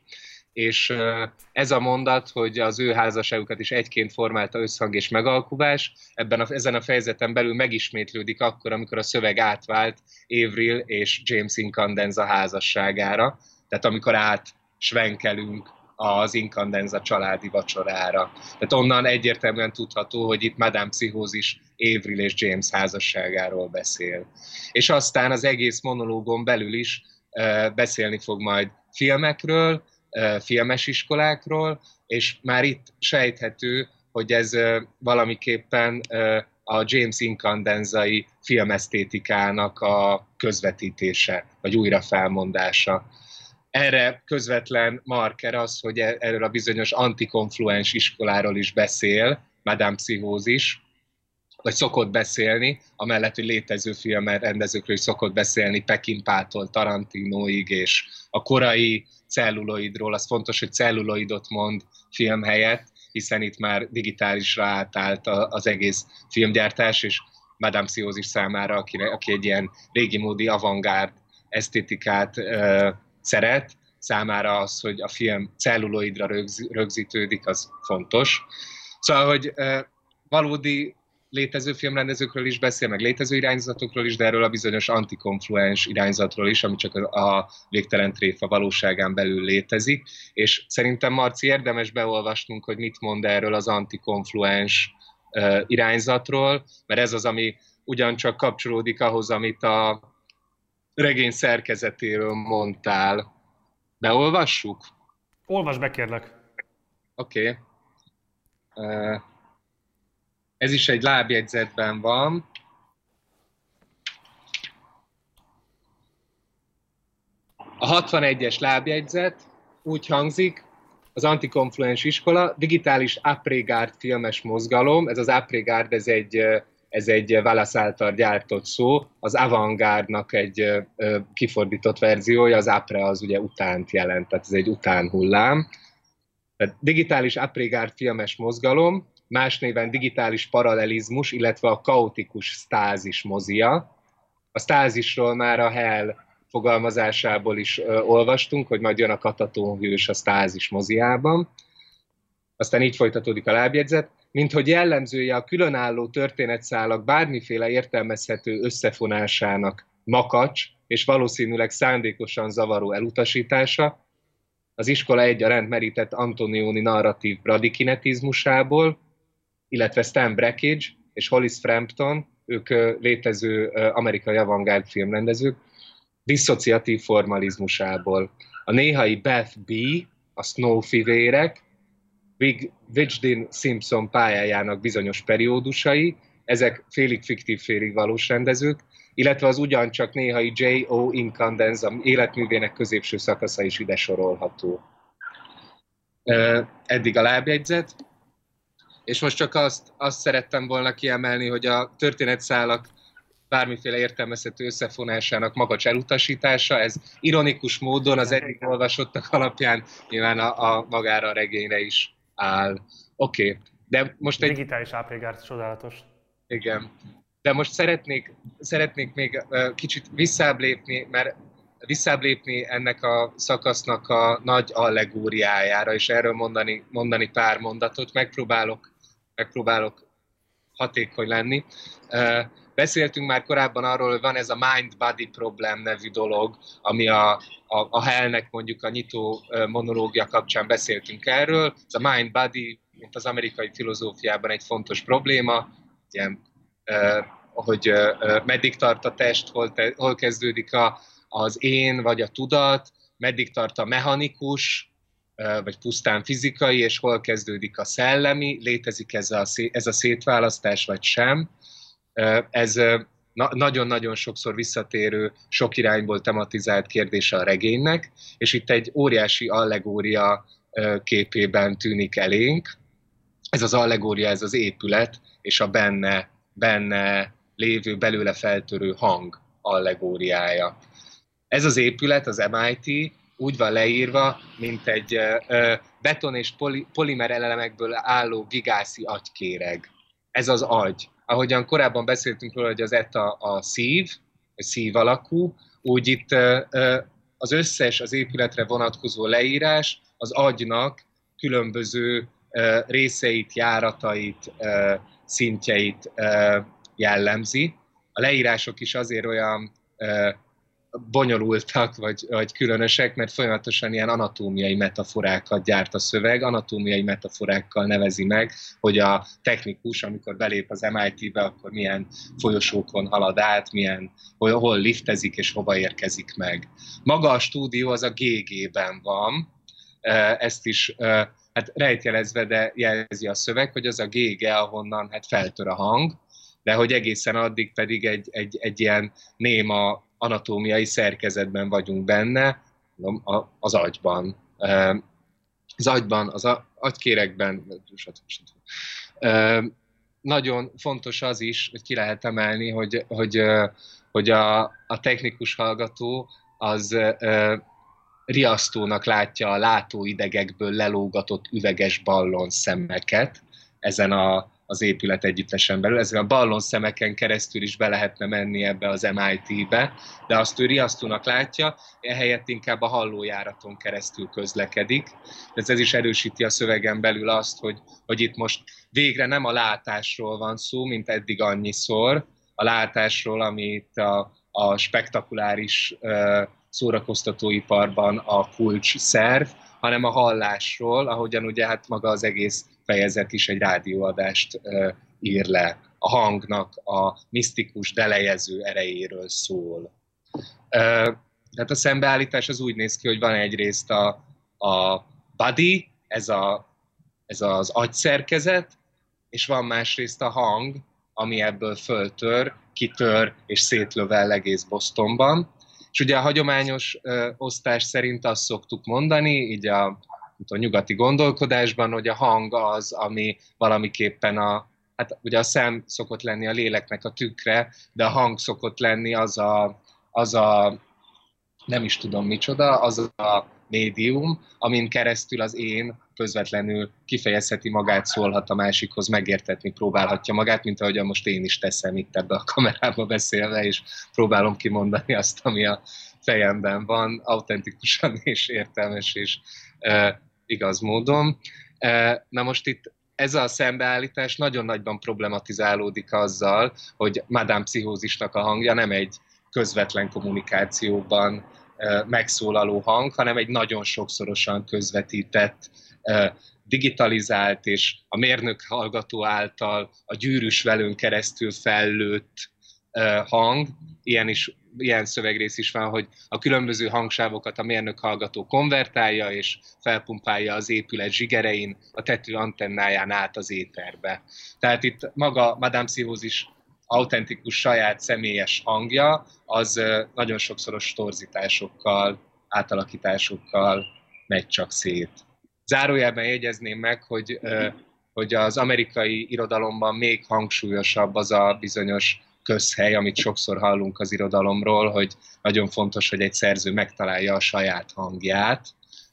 és ez a mondat, hogy az ő házasságukat is egyként formálta összhang és megalkuvás, ebben a, ezen a fejezeten belül megismétlődik akkor, amikor a szöveg átvált Avril és James Incandenza házasságára, tehát amikor átsvenkelünk az Incandenza családi vacsorára. Tehát onnan egyértelműen tudható, hogy itt Madame Pszichózis Avril és James házasságáról beszél. És aztán az egész monológon belül is uh, beszélni fog majd filmekről, uh, filmes iskolákról, és már itt sejthető, hogy ez uh, valamiképpen uh, a James Incandenzai filmesztétikának a közvetítése, vagy újrafelmondása. Erre közvetlen marker az, hogy erről a bizonyos antikonfluens iskoláról is beszél, Madame Pszichózis, vagy szokott beszélni, amellett, hogy létező filmrendezőkről is szokott beszélni, Peckinpától Tarantinoig, és a korai celluloidról, az fontos, hogy celluloidot mond film helyett, hiszen itt már digitálisra átállt az egész filmgyártás, és Madame Pszichózis számára, aki, aki egy ilyen régi módi avantgárd esztétikát uh, szeret, számára az, hogy a film celluloidra rögz, rögzítődik, az fontos. Szóval, hogy uh, valódi létező filmrendezőkről is beszél, meg létező irányzatokról is, de erről a bizonyos antikonfluens irányzatról is, ami csak a végtelen tréfa valóságán belül létezik. És szerintem, Marci, érdemes beolvasnunk, hogy mit mond erről az antikonfluens uh, irányzatról, mert ez az, ami ugyancsak kapcsolódik ahhoz, amit a regény szerkezetéről mondtál. Beolvassuk? Olvasd be, kérlek. Oké. Okay. Uh, ez is egy lábjegyzetben van. A hatvanegyes lábjegyzet úgy hangzik, az antikonfluens iskola, digitális après-garde filmes mozgalom, ez az après-garde, ez egy, ez egy Wallace által gyártott szó, az avantgárd-nak egy kifordított verziója, az après az ugye utánt jelent, tehát ez egy utánhullám. Tehát digitális après-garde filmes mozgalom, más néven digitális paralelizmus, illetve a kaotikus stázis mozia. A stázisról már a Hell fogalmazásából is ö, olvastunk, hogy majd jön a katatónhős a stázis moziában. Aztán így folytatódik a lábjegyzet. Mint hogy jellemzője a különálló történetszálak bármiféle értelmezhető összefonásának makacs és valószínűleg szándékosan zavaró elutasítása, az iskola egyaránt merített Antonioni narratív bradikinetizmusából, illetve Stan Brakhage és Hollis Frampton, ők létező amerikai avantgárd filmrendezők, disszociatív formalizmusából. A néhai Beth B., a Snow fivérek, Widgeon Simpson pályájának bizonyos periódusai, ezek félig fiktív, félig valós rendezők, illetve az ugyancsak néhai J O Incandenza életművének középső szakasza is ide sorolható. Eddig a lábjegyzet. És most csak azt, azt szerettem volna kiemelni, hogy a történetszálak bármiféle értelmezhető összefonásának makacs elutasítása, ez ironikus módon az eddig olvasottak alapján nyilván a, a magára a regényre is áll. Oké, okay. De most egy... Digitális après-garde, csodálatos. Igen. De most szeretnék, szeretnék még kicsit visszább lépni, mert visszább lépni ennek a szakasznak a nagy allegóriájára, és erről mondani, mondani pár mondatot. Megpróbálok, megpróbálok hatékony lenni. Beszéltünk már korábban arról, hogy van ez a mind-body problem nevű dolog, ami a, a, a Hellnek mondjuk a nyitó monológia kapcsán beszéltünk erről. Ez a mind-body, mint az amerikai filozófiában egy fontos probléma, ilyen, hogy meddig tart a test, hol, te, hol kezdődik a, az én vagy a tudat, meddig tart a mechanikus, vagy pusztán fizikai, és hol kezdődik a szellemi, létezik ez a, ez a szétválasztás, vagy sem. Ez nagyon-nagyon sokszor visszatérő, sok irányból tematizált kérdése a regénynek, és itt egy óriási allegória képében tűnik elénk. Ez az allegória, ez az épület, és a benne, benne lévő, belőle feltörő hang allegóriája. Ez az épület, az em i té úgy van leírva, mint egy beton és poli, polimer elemekből álló gigászi agykéreg. Ez az agy. Ahogyan korábban beszéltünk róla, hogy az ETA a szív, a szív alakú, úgy itt az összes az épületre vonatkozó leírás az agynak különböző részeit, járatait, szintjeit jellemzi. A leírások is azért olyan bonyolultak, vagy, vagy különösek, mert folyamatosan ilyen anatómiai metaforákat gyárt a szöveg, anatómiai metaforákkal nevezi meg, hogy a technikus, amikor belép az em i té-be, akkor milyen folyosókon halad át, milyen, hol, hol liftezik és hova érkezik meg. Maga a stúdió az a gé gé-ben van, ezt is hát rejtjelezve, de jelzi a szöveg, hogy az a gé gé, ahonnan hát feltör a hang, de hogy egészen addig pedig egy, egy, egy ilyen néma anatómiai szerkezetben vagyunk benne, az agyban. Az agyban, az agykéregben, nagyon fontos az is, hogy ki lehet emelni, hogy, hogy, hogy a, a technikus hallgató az riasztónak látja a látóidegekből lelógatott üveges ballon szemeket ezen a, az épület együttesen belül. Ezen a ballon szemeken keresztül is be lehetne menni ebbe az em i té-be, de azt ő riasztónak látja, ehelyett inkább a hallójáraton keresztül közlekedik. Ez, ez is erősíti a szövegen belül azt, hogy, hogy itt most végre nem a látásról van szó, mint eddig annyiszor, a látásról, amit a, a spektakuláris uh, szórakoztatóiparban a kulcs szerv, hanem a hallásról, ahogyan ugye hát maga az egész fejezet is egy rádióadást uh, ír le. A hangnak a misztikus, delejező erejéről szól. Uh, tehát a szembeállítás az úgy néz ki, hogy van egyrészt a, a body, ez, a, ez az agyszerkezet, és van másrészt a hang, ami ebből föltör, kitör és szétlövel egész Bostonban. És ugye a hagyományos ö, osztás szerint azt szoktuk mondani, így a, a nyugati gondolkodásban, hogy a hang az, ami valamiképpen a, hát ugye a szem szokott lenni a léleknek a tükre, de a hang szokott lenni az a, az a nem is tudom micsoda, az a médium, amin keresztül az én közvetlenül kifejezheti magát, szólhat a másikhoz, megértetni próbálhatja magát, mint ahogyan most én is teszem itt ebbe a kamerába beszélve, és próbálom kimondani azt, ami a fejemben van, autentikusan és értelmes és e, igaz módon. E, na most itt ez a szembeállítás nagyon nagyban problematizálódik azzal, hogy Madame Pszichózisnak a hangja nem egy közvetlen kommunikációban e, megszólaló hang, hanem egy nagyon sokszorosan közvetített, digitalizált és a mérnök hallgató által a gyűrűs velőn keresztül fellőtt hang. Ilyen, is, ilyen szövegrész is van, hogy a különböző hangsávokat a mérnök hallgató konvertálja és felpumpálja az épület zsigerein, a tető antennáján át az éterbe. Tehát itt maga Madame Pszichózis autentikus, saját személyes hangja, az nagyon sokszoros torzításokkal, átalakításokkal megy csak szét. Zárójelben jegyezném meg, hogy, hogy az amerikai irodalomban még hangsúlyosabb az a bizonyos közhely, amit sokszor hallunk az irodalomról, hogy nagyon fontos, hogy egy szerző megtalálja a saját hangját.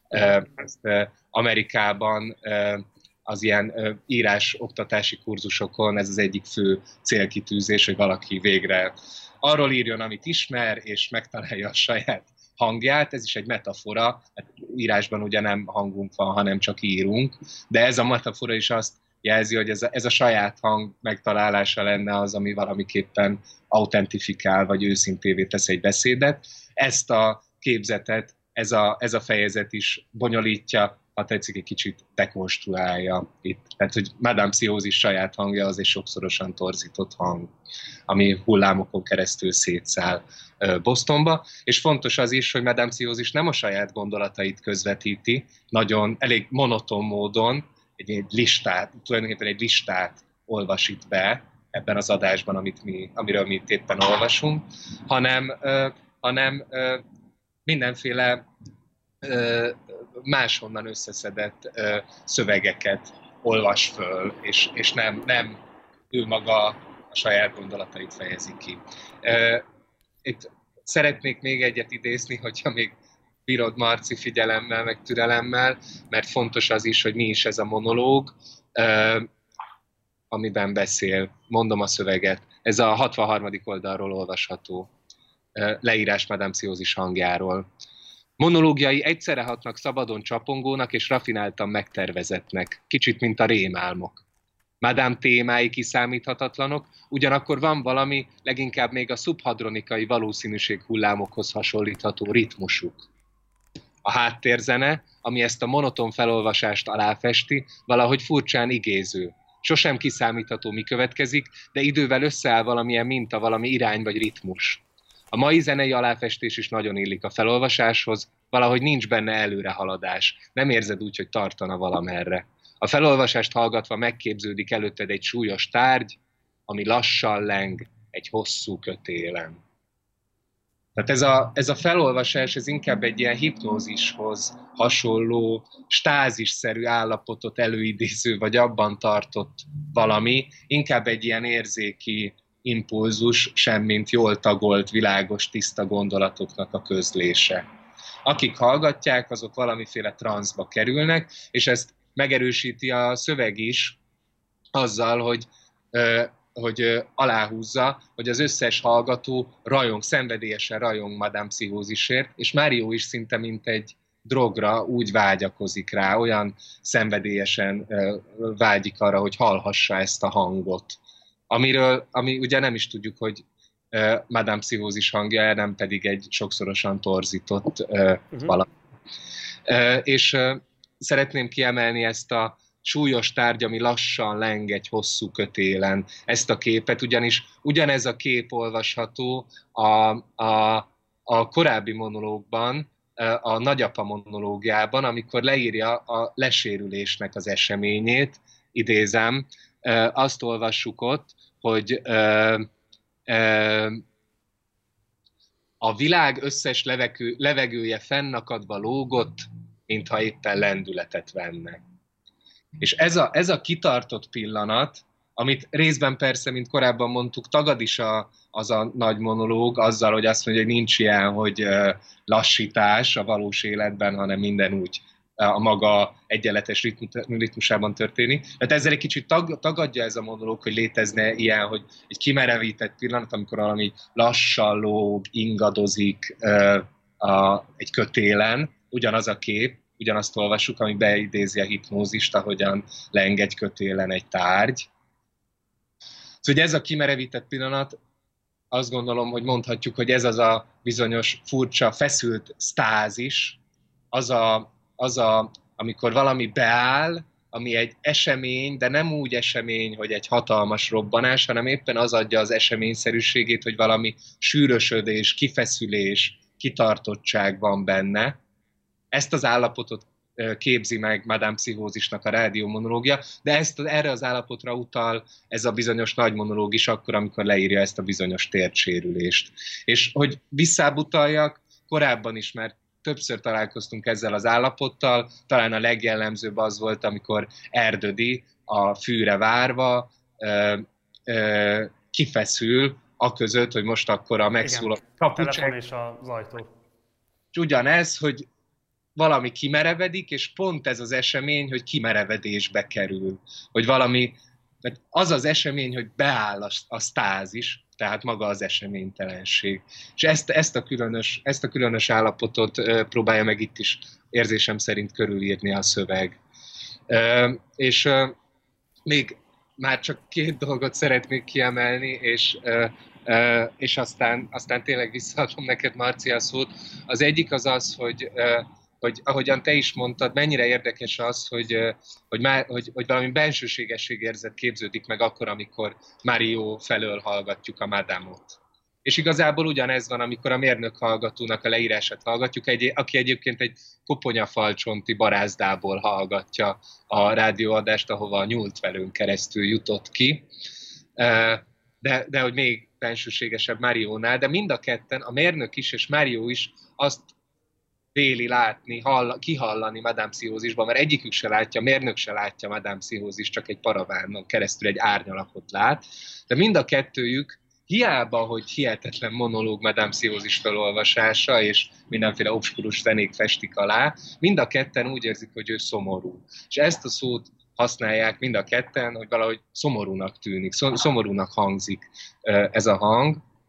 Ezt Amerikában az ilyen írás-oktatási kurzusokon ez az egyik fő célkitűzés, hogy valaki végre arról írjon, amit ismer, és megtalálja a saját hangját. Ez is egy metafora, hát írásban ugye nem hangunk van, hanem csak írunk, de ez a metafora is azt jelzi, hogy ez a, ez a saját hang megtalálása lenne az, ami valamiképpen autentifikál, vagy őszintévé tesz egy beszédet. Ezt a képzetet, ez a, ez a fejezet is bonyolítja, ha tetszik, egy kicsit dekonstruálja itt. Tehát, hogy Madame Pszichózis saját hangja az egy sokszorosan torzított hang, ami hullámokon keresztül szétszáll Bostonba, és fontos az is, hogy Madame Pszichózis nem a saját gondolatait közvetíti, nagyon elég monoton módon, egy, egy listát, tulajdonképpen egy listát olvasít be ebben az adásban, amit mi, amiről mi itt éppen olvasunk, hanem, uh, hanem uh, mindenféle uh, máshonnan összeszedett uh, szövegeket olvas föl, és, és nem, nem ő maga a saját gondolatait fejezi ki. Uh, itt szeretnék még egyet idézni, hogyha még bírod, Marci, figyelemmel, meg türelemmel, mert fontos az is, hogy mi is ez a monológ, uh, amiben beszél. Mondom a szöveget. Ez a hatvanharmadik oldalról olvasható. Uh, leírás Madame Pszichózis hangjáról. Monológiai egyszerre hatnak szabadon csapongónak és rafináltan megtervezettnek, kicsit mint a rémálmok. Madame témái kiszámíthatatlanok, ugyanakkor van valami, leginkább még a szubhadronikai valószínűség hullámokhoz hasonlítható ritmusuk. A háttérzene, ami ezt a monoton felolvasást aláfesti, valahogy furcsán igéző. Sosem kiszámítható, mi következik, de idővel összeáll valamilyen minta, valami irány vagy ritmus. A mai zenei aláfestés is nagyon illik a felolvasáshoz, valahogy nincs benne előrehaladás, nem érzed úgy, hogy tartana valamerre. A felolvasást hallgatva megképződik előtted egy súlyos tárgy, ami lassan leng egy hosszú kötélen. Tehát ez a, ez a felolvasás, ez inkább egy ilyen hipnózishoz hasonló, stázisszerű állapotot előidéző, vagy abban tartott valami, inkább egy ilyen érzéki impulzus, semmint jól tagolt, világos, tiszta gondolatoknak a közlése. Akik hallgatják, azok valamiféle transzba kerülnek, és ezt megerősíti a szöveg is azzal, hogy, hogy aláhúzza, hogy az összes hallgató rajong, szenvedélyesen rajong Madame Pszichózisért, és Mário is szinte mint egy drogra úgy vágyakozik rá, olyan szenvedélyesen vágyik arra, hogy hallhassa ezt a hangot. Amiről, ami ugye nem is tudjuk, hogy Madame Pszichózis hangja, nem pedig egy sokszorosan torzított uh-huh. valami. És szeretném kiemelni ezt a súlyos tárgy, ami lassan leng egy hosszú kötélen. Ezt a képet, ugyanis ugyanez a kép olvasható a, a, a korábbi monológban, a nagyapa monológiában, amikor leírja a lesérülésnek az eseményét, idézem, azt olvassuk ott, hogy a világ összes levegő, levegője fennakadva lógott, mintha éppen lendületet venne. És ez a, ez a kitartott pillanat, amit részben persze, mint korábban mondtuk, tagad is a, az a nagy monológ, azzal, hogy azt mondja, hogy nincs ilyen, hogy lassítás a valós életben, hanem minden úgy a maga egyenletes ritmusában történik. Tehát ezzel egy kicsit tag, tagadja ez a monológ, hogy létezne ilyen, hogy egy kimerevített pillanat, amikor valami lassan lóg, ingadozik uh, a, egy kötélen, ugyanaz a kép, ugyanazt olvassuk, ami beidézi a hipnózist, ahogyan leng egy kötélen egy tárgy. Szóval ez a kimerevített pillanat, azt gondolom, hogy mondhatjuk, hogy ez az a bizonyos furcsa, feszült sztázis, az a az, a, amikor valami beáll, ami egy esemény, de nem úgy esemény, hogy egy hatalmas robbanás, hanem éppen az adja az eseményszerűségét, hogy valami sűrösödés, kifeszülés, kitartottság van benne. Ezt az állapotot képzi meg Madame Pszichózisnak a rádiómonológia, de ezt, erre az állapotra utal ez a bizonyos nagy monológ is akkor, amikor leírja ezt a bizonyos térdsérülést. És hogy visszábutaljak, korábban is, mert többször találkoztunk ezzel az állapottal, talán a legjellemzőbb az volt, amikor Erdödy a fűre várva ö, ö, kifeszül, aközött, hogy most akkor a megszól a kapucsák. És az ajtó. És ugyanez, hogy valami kimerevedik, és pont ez az esemény, hogy kimerevedésbe kerül. Hogy valami, mert az az esemény, hogy beáll a, a sztázis, tehát maga az eseménytelenség. És ezt, ezt, a, különös, ezt a különös állapotot uh, próbálja meg itt is érzésem szerint körülírni a szöveg. Uh, és uh, még már csak két dolgot szeretnék kiemelni, és, uh, uh, és aztán, aztán tényleg visszaadom neked, Marci, a szót. Az egyik az az, hogy uh, hogy ahogyan te is mondtad, mennyire érdekes az, hogy, hogy, már, hogy, hogy valami bensőségesség-érzet képződik meg akkor, amikor Mário felől hallgatjuk a Madame-ot. És igazából ugyanez van, amikor a mérnök hallgatónak a leírását hallgatjuk, egy, aki egyébként egy koponyafalcsonti barázdából hallgatja a rádióadást, ahova a nyúltvelőn keresztül jutott ki. De, de hogy még bensőségesebb Máriónál, de mind a ketten, a mérnök is és Mário is azt véli látni, hall, kihallani Madame Pszichózisban, mert egyikük se látja, mérnök se látja Madame Pszichózis, csak egy paravánon keresztül egy árnyalakot lát, de mind a kettőjük hiába, hogy hihetetlen monológ Madame Pszichózis felolvasása, és mindenféle obskurus zenék festik alá, mind a ketten úgy érzik, hogy ő szomorú. És ezt a szót használják mind a ketten, hogy valahogy szomorúnak tűnik, szomorúnak hangzik ez a hang.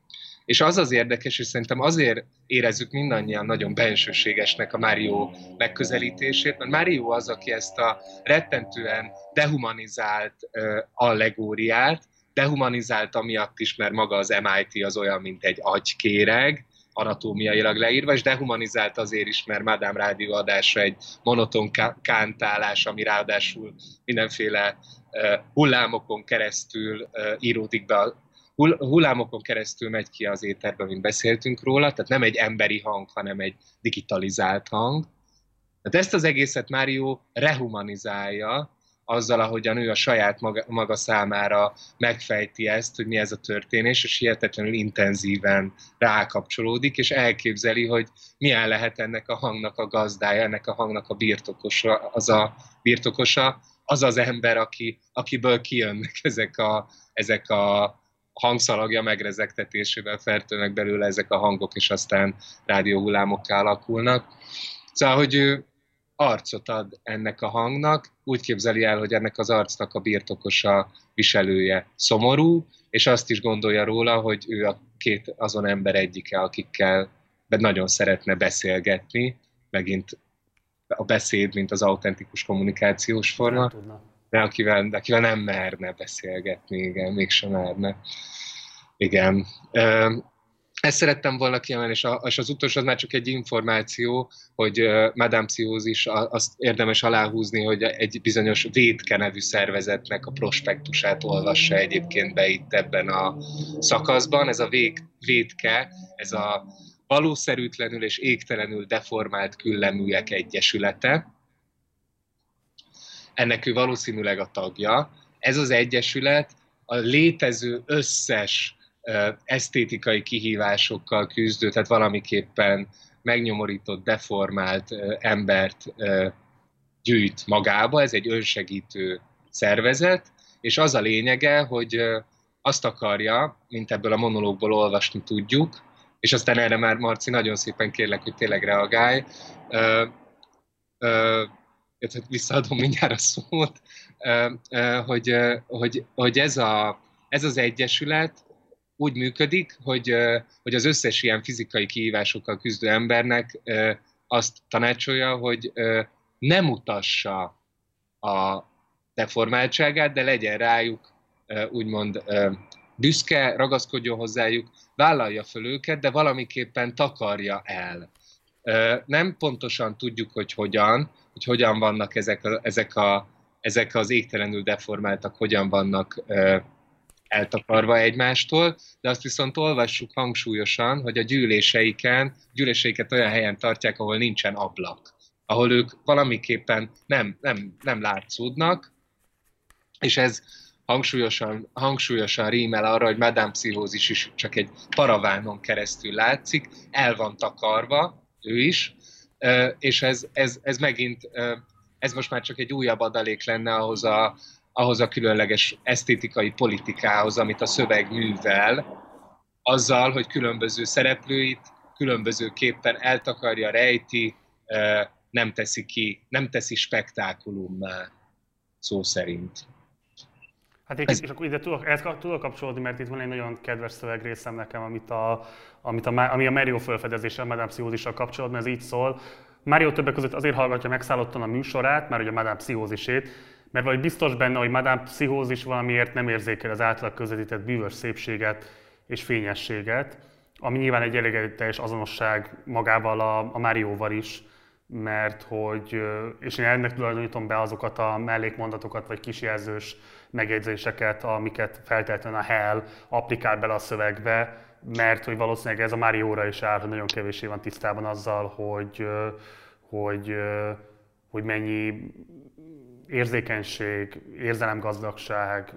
És az az érdekes, és szerintem azért érezzük mindannyian nagyon bensőségesnek a Mário megközelítését, mert Mário az, aki ezt a rettentően dehumanizált uh, allegóriát, dehumanizált amiatt is, mert maga az em i té az olyan, mint egy agykéreg, anatómiailag leírva, és dehumanizált azért is, mert Madame rádióadása egy monoton kántálás, ami ráadásul mindenféle uh, hullámokon keresztül uh, íródik be, a, hull, hullámokon keresztül megy ki az éterbe, mint beszéltünk róla, tehát nem egy emberi hang, hanem egy digitalizált hang. Tehát ezt az egészet Mário rehumanizálja, azzal, ahogyan ő a saját maga, maga számára megfejti ezt, hogy mi ez a történés, és hihetetlenül intenzíven rákapcsolódik, és elképzeli, hogy milyen lehet ennek a hangnak a gazdája, ennek a hangnak a birtokosa, az a birtokosa, az az ember, aki, akiből kijönnek ezek a, ezek a hangszalagja megrezegtetésével fertőnek belőle ezek a hangok, és aztán rádióhullámokká alakulnak. Szóval, hogy ő arcot ad ennek a hangnak, úgy képzeli el, hogy ennek az arcnak a birtokosa, viselője szomorú, és azt is gondolja róla, hogy ő a két azon ember egyike, akikkel nagyon szeretne beszélgetni, megint a beszéd, mint az autentikus kommunikációs forma, de akivel, akivel nem merne beszélgetni, igen, mégsem merne. Igen. Ezt szerettem volna kiemelni, és, a, és az utolsó az már csak egy információ, hogy uh, Madame Pszichózis, azt érdemes aláhúzni, hogy egy bizonyos Vétke nevű szervezetnek a prospektusát olvassa egyébként be itt ebben a szakaszban. Ez a Vétke, ez a valószerűtlenül és égtelenül deformált külleműek egyesülete. Ennek ő valószínűleg a tagja. Ez az egyesület a létező összes esztétikai kihívásokkal küzdő, tehát valamiképpen megnyomorított, deformált embert gyűjt magába, ez egy önsegítő szervezet, és az a lényege, hogy azt akarja, mint ebből a monológból olvasni tudjuk, és aztán erre már, Marci, nagyon szépen kérlek, hogy tényleg reagálj, ö, ö, visszaadom mindjárt a szót, ö, ö, hogy, hogy, hogy ez, a, ez az egyesület úgy működik, hogy, hogy az összes ilyen fizikai kihívásokkal küzdő embernek azt tanácsolja, hogy ne mutassa a deformáltságát, de legyen rájuk úgymond büszke, ragaszkodjon hozzájuk, vállalja föl őket, de valamiképpen takarja el. Nem pontosan tudjuk, hogy hogyan, hogy hogyan vannak ezek, a, ezek, a, ezek az égtelenül deformáltak, hogyan vannak eltakarva egymástól, de azt viszont olvassuk hangsúlyosan, hogy a gyűléseiken, gyűléseiket olyan helyen tartják, ahol nincsen ablak, ahol ők valamiképpen nem, nem, nem látszódnak, és ez hangsúlyosan, hangsúlyosan rímel arra, hogy Madame Pszichózis is csak egy paravánon keresztül látszik, el van takarva, ő is, és ez, ez, ez megint, ez most már csak egy újabb adalék lenne ahhoz a ahhoz a különleges esztétikai politikához, amit a szöveg művel, azzal, hogy különböző szereplőit különbözőképpen eltakarja, rejti, nem teszi ki, nem teszi spektákulummá, szó szerint. Hát én, Ez... és akkor ide tudok, tudok kapcsolódni, mert itt van egy nagyon kedves szövegrészem nekem, amit a, amit a, ami a Mário felfedezéssel, Madame Pszichózissal kapcsolatban, ez így szól. Mário többek között azért hallgatja megszállottan a műsorát, már ugye a Madame Pszichózisét, mert vagy biztos benne, hogy Madame Pszichózis valamiért nem érzékel az által közvetített bűvös szépséget és fényességet, ami nyilván egy elég teljes azonosság magával a, a Márióval is, mert hogy, és én ennek tulajdonítom be azokat a mellékmondatokat vagy kisjelzős megjegyzéseket, amiket feltétlenül a Hell applikál bele a szövegbe, mert hogy valószínűleg ez a Márióra is áll, hogy nagyon kevéssé van tisztában azzal, hogy, hogy, hogy mennyi érzékenység, érzelemgazdagság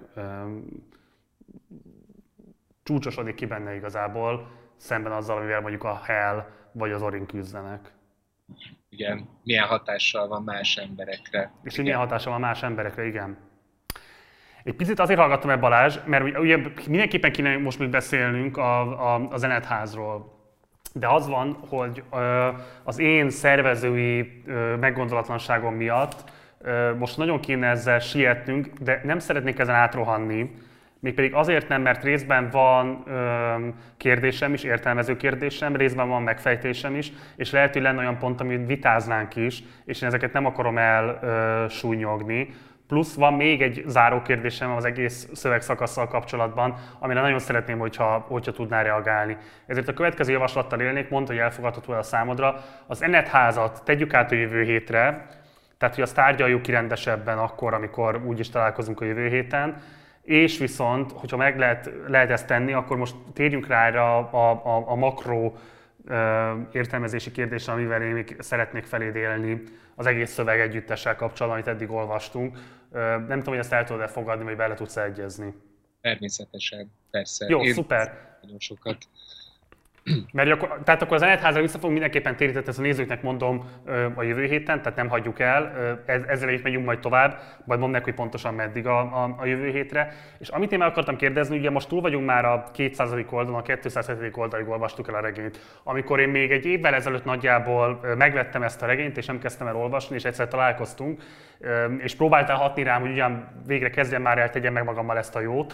csúcsosodik ki benne igazából, szemben azzal, amivel mondjuk a Hell vagy az Orin küzdenek. Igen, milyen hatással van más emberekre. És hogy milyen hatással van más emberekre, igen. Egy picit azért hallgattam el, Balázs, mert ugye mindenképpen kéne most még beszélnünk a, a, a zenetházról. De az van, hogy az én szervezői meggondolatlanságom miatt most nagyon kéne ezzel sietnünk, de nem szeretnék ezen átrohanni, Mégpedig azért nem, mert részben van ö, kérdésem is, értelmező kérdésem, részben van megfejtésem is, és lehet, hogy lenne olyan pont, amit vitáznánk is, és én ezeket nem akarom elsúnyogni. Plusz van még egy záró kérdésem az egész szövegszakasszal kapcsolatban, amire nagyon szeretném, hogyha, hogyha tudnál reagálni. Ezért a következő javaslattal élnék, mondta, hogy elfogadható a számodra. Az Enet házat tegyük át a jövő hétre, tehát hogy azt tárgyaljuk ki rendesebben akkor, amikor úgyis találkozunk a jövő héten, és viszont, hogyha meg lehet, lehet ezt tenni, akkor most térjünk rá erre a, a, a makro értelmezési kérdésre, amivel én még szeretnék feléd élni az egész szöveg együttessel kapcsolatban, amit eddig olvastunk. Nem tudom, hogy ezt el tudod-e fogadni, vagy bele tudsz egyezni. Természetesen, persze. Jó, én szuper. Nagyon sokat. Mert akkor, tehát akkor az Enetházra vissza fogunk mindenképpen téríteni, ezt a nézőknek mondom a jövő héten, tehát nem hagyjuk el, ezzel is megyünk majd tovább, majd mondd meg, hogy pontosan meddig a, a, a jövő hétre. És amit én meg akartam kérdezni, ugye most túl vagyunk már a kétszázadik oldalon, a kétszázhetedik oldalig olvastuk el a regényt. Amikor én még egy évvel ezelőtt nagyjából megvettem ezt a regényt, és nem kezdtem el olvasni, és egyszer találkoztunk, és próbáltál hatni rám, hogy ugyan végre kezdjem már el, tegyem meg magammal ezt a jót.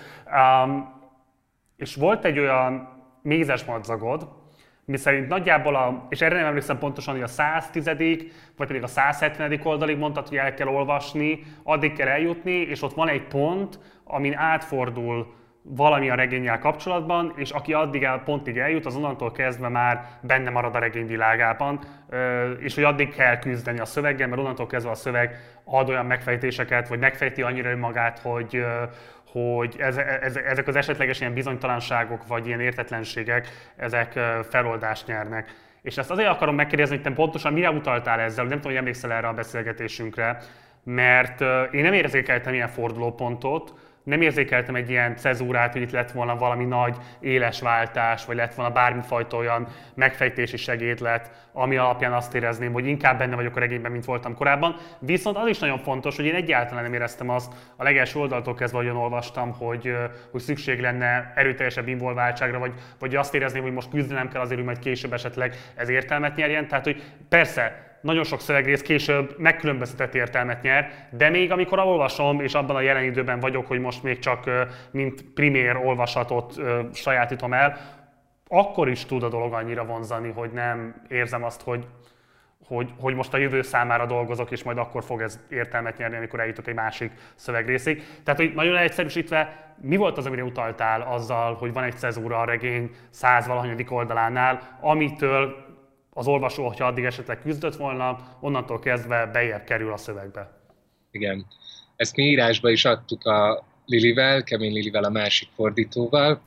És volt egy olyan mézes madzagod, miszerint nagyjából, a, és erre nem emlékszem pontosan, hogy a száztizedik vagy pedig a százhetvenedik oldalig mondtad, hogy el kell olvasni, addig kell eljutni, és ott van egy pont, amin átfordul valami a regénnyel kapcsolatban, és aki addig el, pontig eljut, az onnantól kezdve már benne marad a regény világában, és hogy addig kell küzdeni a szöveggel, mert onnantól kezdve a szöveg ad olyan megfejtéseket, vagy megfejti annyira önmagát, hogy, hogy ez, ez, ezek az esetleges ilyen bizonytalanságok, vagy ilyen értetlenségek, ezek feloldást nyernek. És ezt azért akarom megkérdezni, hogy te pontosan mire utaltál ezzel, nem tudom, hogy emlékszel erre a beszélgetésünkre, mert én nem érzékeltem ilyen fordulópontot, nem érzékeltem egy ilyen cezúrát, hogy itt lett volna valami nagy éles váltás, vagy lett volna bármifajta olyan megfejtési segédlet, ami alapján azt érezném, hogy inkább benne vagyok a regényben, mint voltam korábban. Viszont az is nagyon fontos, hogy én egyáltalán nem éreztem azt a legelső oldaltól kezdve, ahogyan olvastam, hogy, hogy szükség lenne erőteljesebb involváltságra, vagy, vagy azt érezném, hogy most küzdenem kell azért, hogy majd később esetleg ez értelmet nyerjen. Tehát, hogy persze, nagyon sok szövegrész később megkülönböztetett értelmet nyer, de még amikor olvasom, és abban a jelen időben vagyok, hogy most még csak mint primér olvasatot sajátítom el, akkor is tud a dolog annyira vonzani, hogy nem érzem azt, hogy, hogy, hogy most a jövő számára dolgozok, és majd akkor fog ez értelmet nyerni, amikor eljutok egy másik szövegrészig. Tehát, hogy nagyon egyszerűsítve, mi volt az, amire utaltál azzal, hogy van egy cezúra a regény száz valahanyadik oldalánál, amitől az olvasó, hogyha addig esetleg küzdött volna, onnantól kezdve bejjebb kerül a szövegbe. Igen. Ezt mi írásba is adtuk a Lilivel, Kemény Lilivel, a másik fordítóval.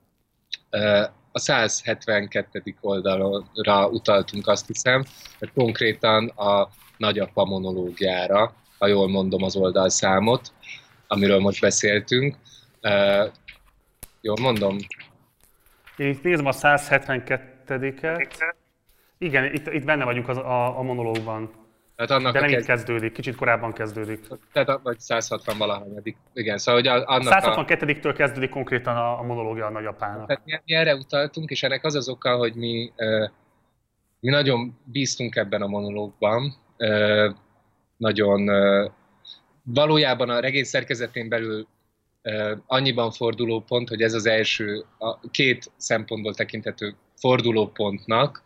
A száz hetvenkettedik oldalra utaltunk, azt hiszem, mert konkrétan a nagyapa monológiára, ha jól mondom az oldalszámot, amiről most beszéltünk. Jól mondom? Én itt nézem a száz hetvenkettediket. Igen, itt, itt benne vagyunk az, a, a monológban. Tehát annak de nem kezd... itt kezdődik, kicsit korábban kezdődik. Tehát vagy száz hatvan valahanyadik. Igen, szóval hogy annak száz hatvankettediktől a... kezdődik konkrétan a, a monológia a nagyapának. Tehát mi, mi erre utaltunk, és ennek az az oka, hogy mi, uh, mi nagyon bíztunk ebben a monológban. Uh, nagyon uh, valójában a regény szerkezetén belül uh, annyiban fordulópont, hogy ez az első, a két szempontból tekinthető fordulópontnak,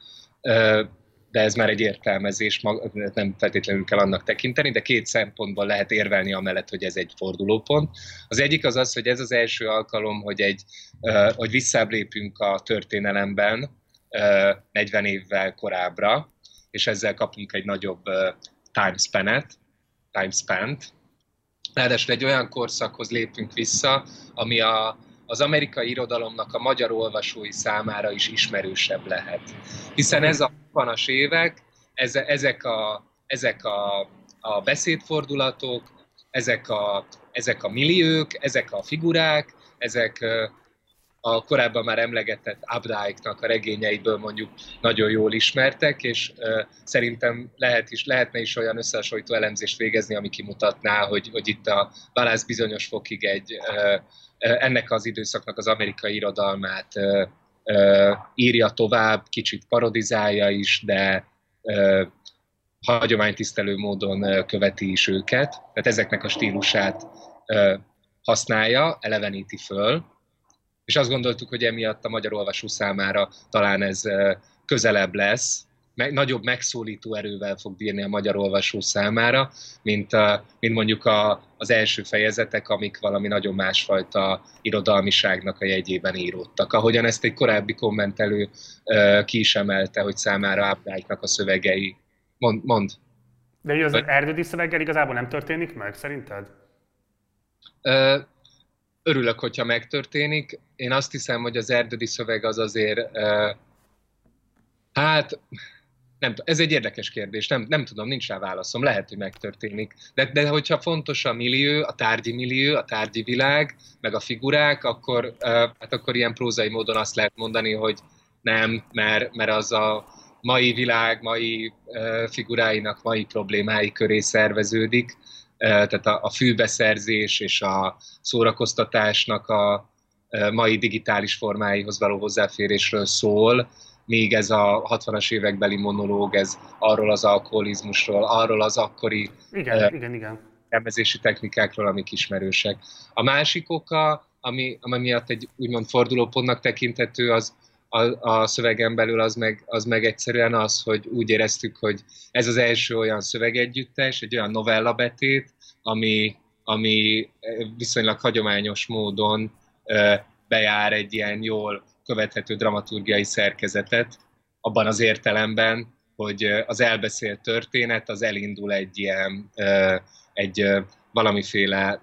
de ez már egy értelmezés, nem feltétlenül kell annak tekinteni, de két szempontból lehet érvelni amellett, hogy ez egy fordulópont. Az egyik az az, hogy ez az első alkalom, hogy, egy, hogy visszább lépünk a történelemben negyven évvel korábbra, és ezzel kapunk egy nagyobb timespan-et, timespan-t. Ráadásul egy olyan korszakhoz lépünk vissza, ami a az amerikai irodalomnak a magyar olvasói számára is ismerősebb lehet. Hiszen ez a hatvanas évek, ez, ezek, a, ezek a, a beszédfordulatok, ezek a, ezek a milliók, ezek a figurák, ezek a korábban már emlegetett Updike-nak a regényeiből mondjuk nagyon jól ismertek, és uh, szerintem lehet is, lehetne is olyan összehasonlító elemzést végezni, ami kimutatná, hogy, hogy itt a Wallace bizonyos fokig egy, uh, ennek az időszaknak az amerikai irodalmát uh, uh, írja tovább, kicsit parodizálja is, de uh, hagyománytisztelő módon uh, követi is őket. Tehát ezeknek a stílusát uh, használja, eleveníti föl, és azt gondoltuk, hogy emiatt a magyar olvasó számára talán ez közelebb lesz, meg, nagyobb megszólító erővel fog bírni a magyar olvasó számára, mint, a, mint mondjuk a, az első fejezetek, amik valami nagyon másfajta irodalmiságnak a jegyében íródtak. Ahogyan ezt egy korábbi kommentelő uh, ki is emelte, hogy számára Updike-nak a szövegei. Mond. mond. De az erdődi szöveggel igazából nem történik meg, szerinted? Uh, örülök, hogyha megtörténik. Én azt hiszem, hogy az erdődi szöveg az azért... Uh, hát... Nem, ez egy érdekes kérdés, nem, nem tudom, nincs rá válaszom, lehet, hogy megtörténik. De, de hogyha fontos a millió, a tárgyi millió, a tárgyi világ, meg a figurák, akkor, uh, hát akkor ilyen prózai módon azt lehet mondani, hogy nem, mert, mert az a mai világ, mai uh, figuráinak mai problémái köré szerveződik. Uh, tehát a, a fülbeszerzés és a szórakoztatásnak a uh, mai digitális formáihoz való hozzáférésről szól, még ez a hatvanas évekbeli monológ, ez arról az alkoholizmusról, arról az akkori igen, uh, igen, igen. termezési technikákról, amik ismerősek. A másik oka, ami, ami miatt egy úgymond fordulópontnak tekinthető, az a, a szövegen belül az meg, az meg egyszerűen az, hogy úgy éreztük, hogy ez az első olyan szövegegyüttes, egy olyan novellabetét, ami, ami viszonylag hagyományos módon uh, bejár egy ilyen jól követhető dramaturgiai szerkezetet, abban az értelemben, hogy az elbeszélt történet az elindul egy ilyen, egy valamiféle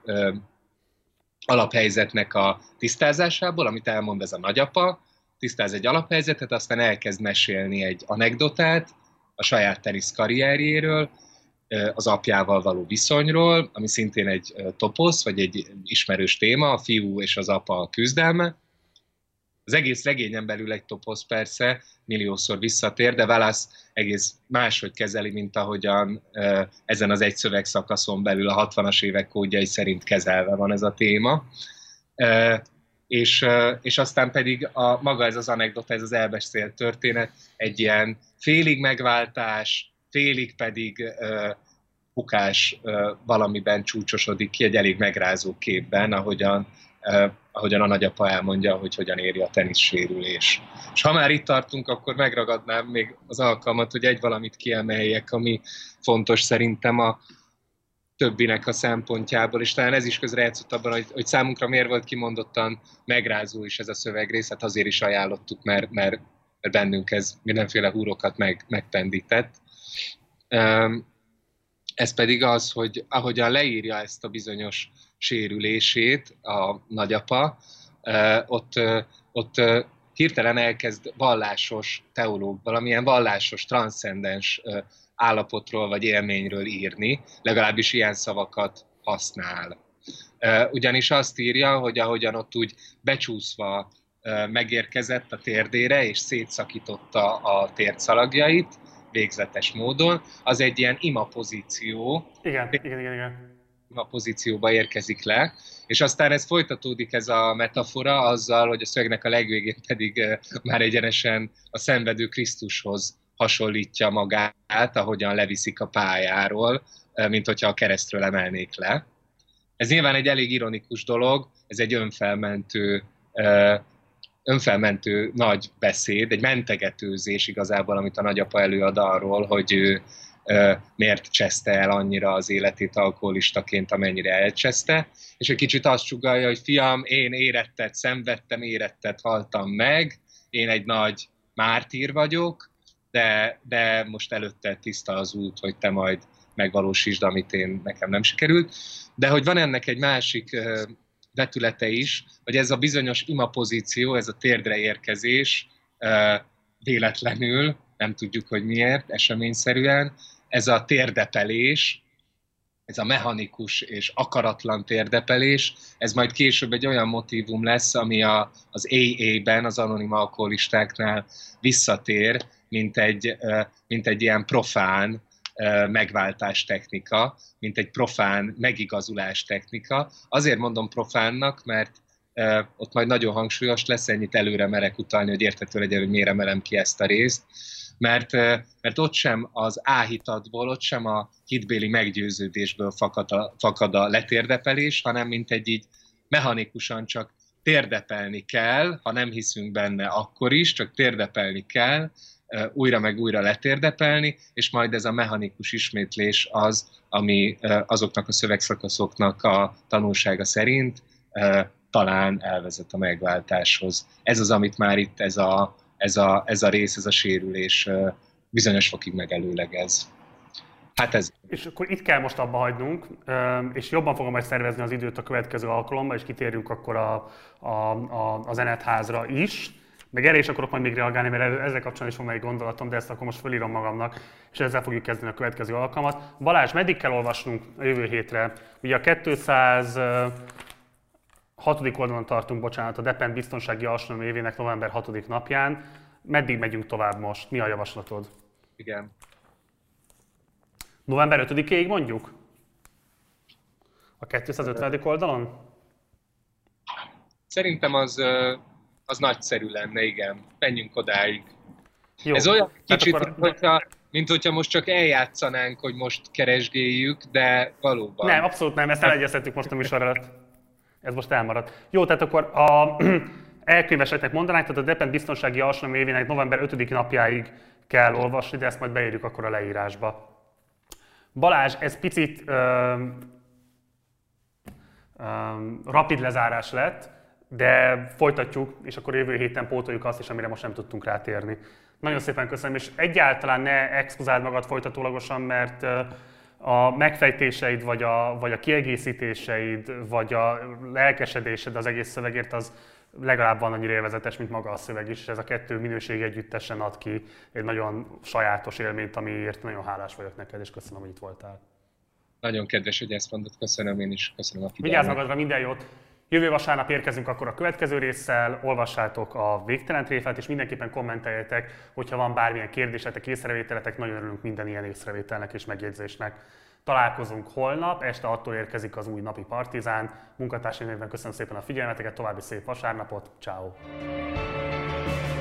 alaphelyzetnek a tisztázásából, amit elmond ez a nagyapa, tisztáz egy alaphelyzetet, aztán elkezd mesélni egy anekdotát a saját tenisz karrierjéről, az apjával való viszonyról, ami szintén egy toposz, vagy egy ismerős téma, a fiú és az apa küzdelme. Az egész regényen belül egy toposz persze, milliószor visszatér, de Wallace egész máshogy kezeli, mint ahogyan uh, ezen az egy szövegszakaszon belül a hatvanas évek kódjai szerint kezelve van ez a téma. Uh, és, uh, és aztán pedig a, maga ez az anekdota, ez az elbeszélt történet egy ilyen félig megváltás, félig pedig uh, bukás uh, valamiben csúcsosodik ki, egy elég megrázó képben, ahogyan Uh, ahogyan a nagyapa elmondja, hogy hogyan éri a teniszsérülés. És ha már itt tartunk, akkor megragadnám még az alkalmat, hogy egy valamit kiemeljek, ami fontos szerintem a többinek a szempontjából, és talán ez is közrejátszott abban, hogy, hogy számunkra miért volt kimondottan megrázó is ez a szövegrész, hát azért is ajánlottuk, mert, mert, mert bennünk ez mindenféle húrokat meg, megpendített. Um, ez pedig az, hogy ahogyan leírja ezt a bizonyos sérülését a nagyapa, ott, ott hirtelen elkezd vallásos teológ, valamilyen vallásos, transzcendens állapotról vagy élményről írni, legalábbis ilyen szavakat használ. Ugyanis azt írja, hogy ahogyan ott úgy becsúszva megérkezett a térdére és szétszakította a térszalagjait végzetes módon, az egy ilyen ima pozíció. Igen, igen, igen, igen. A pozícióba érkezik le, és aztán ez folytatódik ez a metafora azzal, hogy a szövegnek a legvégén pedig már egyenesen a szenvedő Krisztushoz hasonlítja magát, ahogyan leviszik a pályáról, mint hogyha a keresztről emelnék le. Ez nyilván egy elég ironikus dolog, ez egy önfelmentő, önfelmentő nagy beszéd, egy mentegetőzés igazából, amit a nagyapa előad arról, hogy ő miért cseszte el annyira az életét alkoholistaként, amennyire elcseszte, és egy kicsit azt sugallja, hogy fiam, én érettet szenvedtem, érettet haltam meg, én egy nagy mártír vagyok, de, de most előtte tiszta az út, hogy te majd megvalósítsd, amit én, nekem nem sikerült. De hogy van ennek egy másik vetülete is, hogy ez a bizonyos ima pozíció, ez a térdre érkezés véletlenül, nem tudjuk, hogy miért, eseményszerűen, ez a térdepelés, ez a mechanikus és akaratlan térdepelés, ez majd később egy olyan motívum lesz, ami a, az á á-ben, az anonim alkoholistáknál visszatér, mint egy, mint egy ilyen profán megváltás technika, mint egy profán megigazulás technika. Azért mondom profánnak, mert ott majd nagyon hangsúlyos lesz, ennyit előre merek utalni, hogy érthető legyen, hogy miért emelem ki ezt a részt. Mert, mert ott sem az áhítatból, ott sem a hitbéli meggyőződésből fakad a, fakad a letérdepelés, hanem mint egy így mechanikusan csak térdepelni kell, ha nem hiszünk benne, akkor is, csak térdepelni kell, újra meg újra letérdepelni, és majd ez a mechanikus ismétlés az, ami azoknak a szövegszakaszoknak a tanulsága szerint talán elvezet a megváltáshoz. Ez az, amit már itt ez a, ez a, ez a rész, ez a sérülés bizonyos fokig megelőlegez. Hát ez. És akkor itt kell most abba hagynunk, és jobban fogom majd szervezni az időt a következő alkalommal, és kitérjünk akkor a, a, a, a zenetházra is. Meg erre is akarok majd még reagálni, mert ezzel kapcsolatban is van egy gondolatom, de ezt akkor most fölírom magamnak, és ezzel fogjuk kezdeni a következő alkalmat. Balázs, meddig kell olvasnunk a jövő hétre? Ugye a kétszázhatodik oldalon tartunk, bocsánat, a Depend biztonsági alsónom évének november hatodik napján. Meddig megyünk tovább most? Mi a javaslatod? Igen. november ötödikéig mondjuk? A kétszázötvenedik oldalon? Szerintem az, az nagyszerű lenne, igen. Menjünk odáig. Jó. Ez olyan kicsit, akkor... mint, hogyha, mint hogyha most csak eljátszanánk, hogy most keresgéljük, de valóban. Nem, abszolút nem, ezt elegyeztettük most a műsor előtt. Ez most elmaradt. Jó, tehát akkor a elkönyveseknek mondanánk, tehát a Depend biztonsági alsónom évének november ötödik napjáig kell olvasni, de ezt majd beírjuk akkor a leírásba. Balázs, ez picit um, um, rapid lezárás lett, de folytatjuk, és akkor jövő héten pótoljuk azt is, amire most nem tudtunk rátérni. Nagyon szépen köszönöm, és egyáltalán ne expozáld magad folytatólagosan, mert a megfejtéseid, vagy a, vagy a kiegészítéseid, vagy a lelkesedésed az egész szövegért az legalább van annyira élvezetes, mint maga a szöveg is, és ez a kettő minőség együttesen ad ki egy nagyon sajátos élményt, amiért nagyon hálás vagyok neked, és köszönöm, hogy itt voltál. Nagyon kedves, hogy ezt mondod, köszönöm én is, köszönöm a figyelmet. Vigyázz magadra, minden jót! Jövő vasárnap érkezünk akkor a következő résszel, olvassátok a Végtelen tréfát, és mindenképpen kommenteljetek, hogyha van bármilyen kérdésetek, észrevételetek, nagyon örülünk minden ilyen észrevételnek és megjegyzésnek. Találkozunk holnap, este attól érkezik az új napi Partizán. Munkatársaim nevében köszönöm szépen a figyelmeteket, további szép vasárnapot, ciao.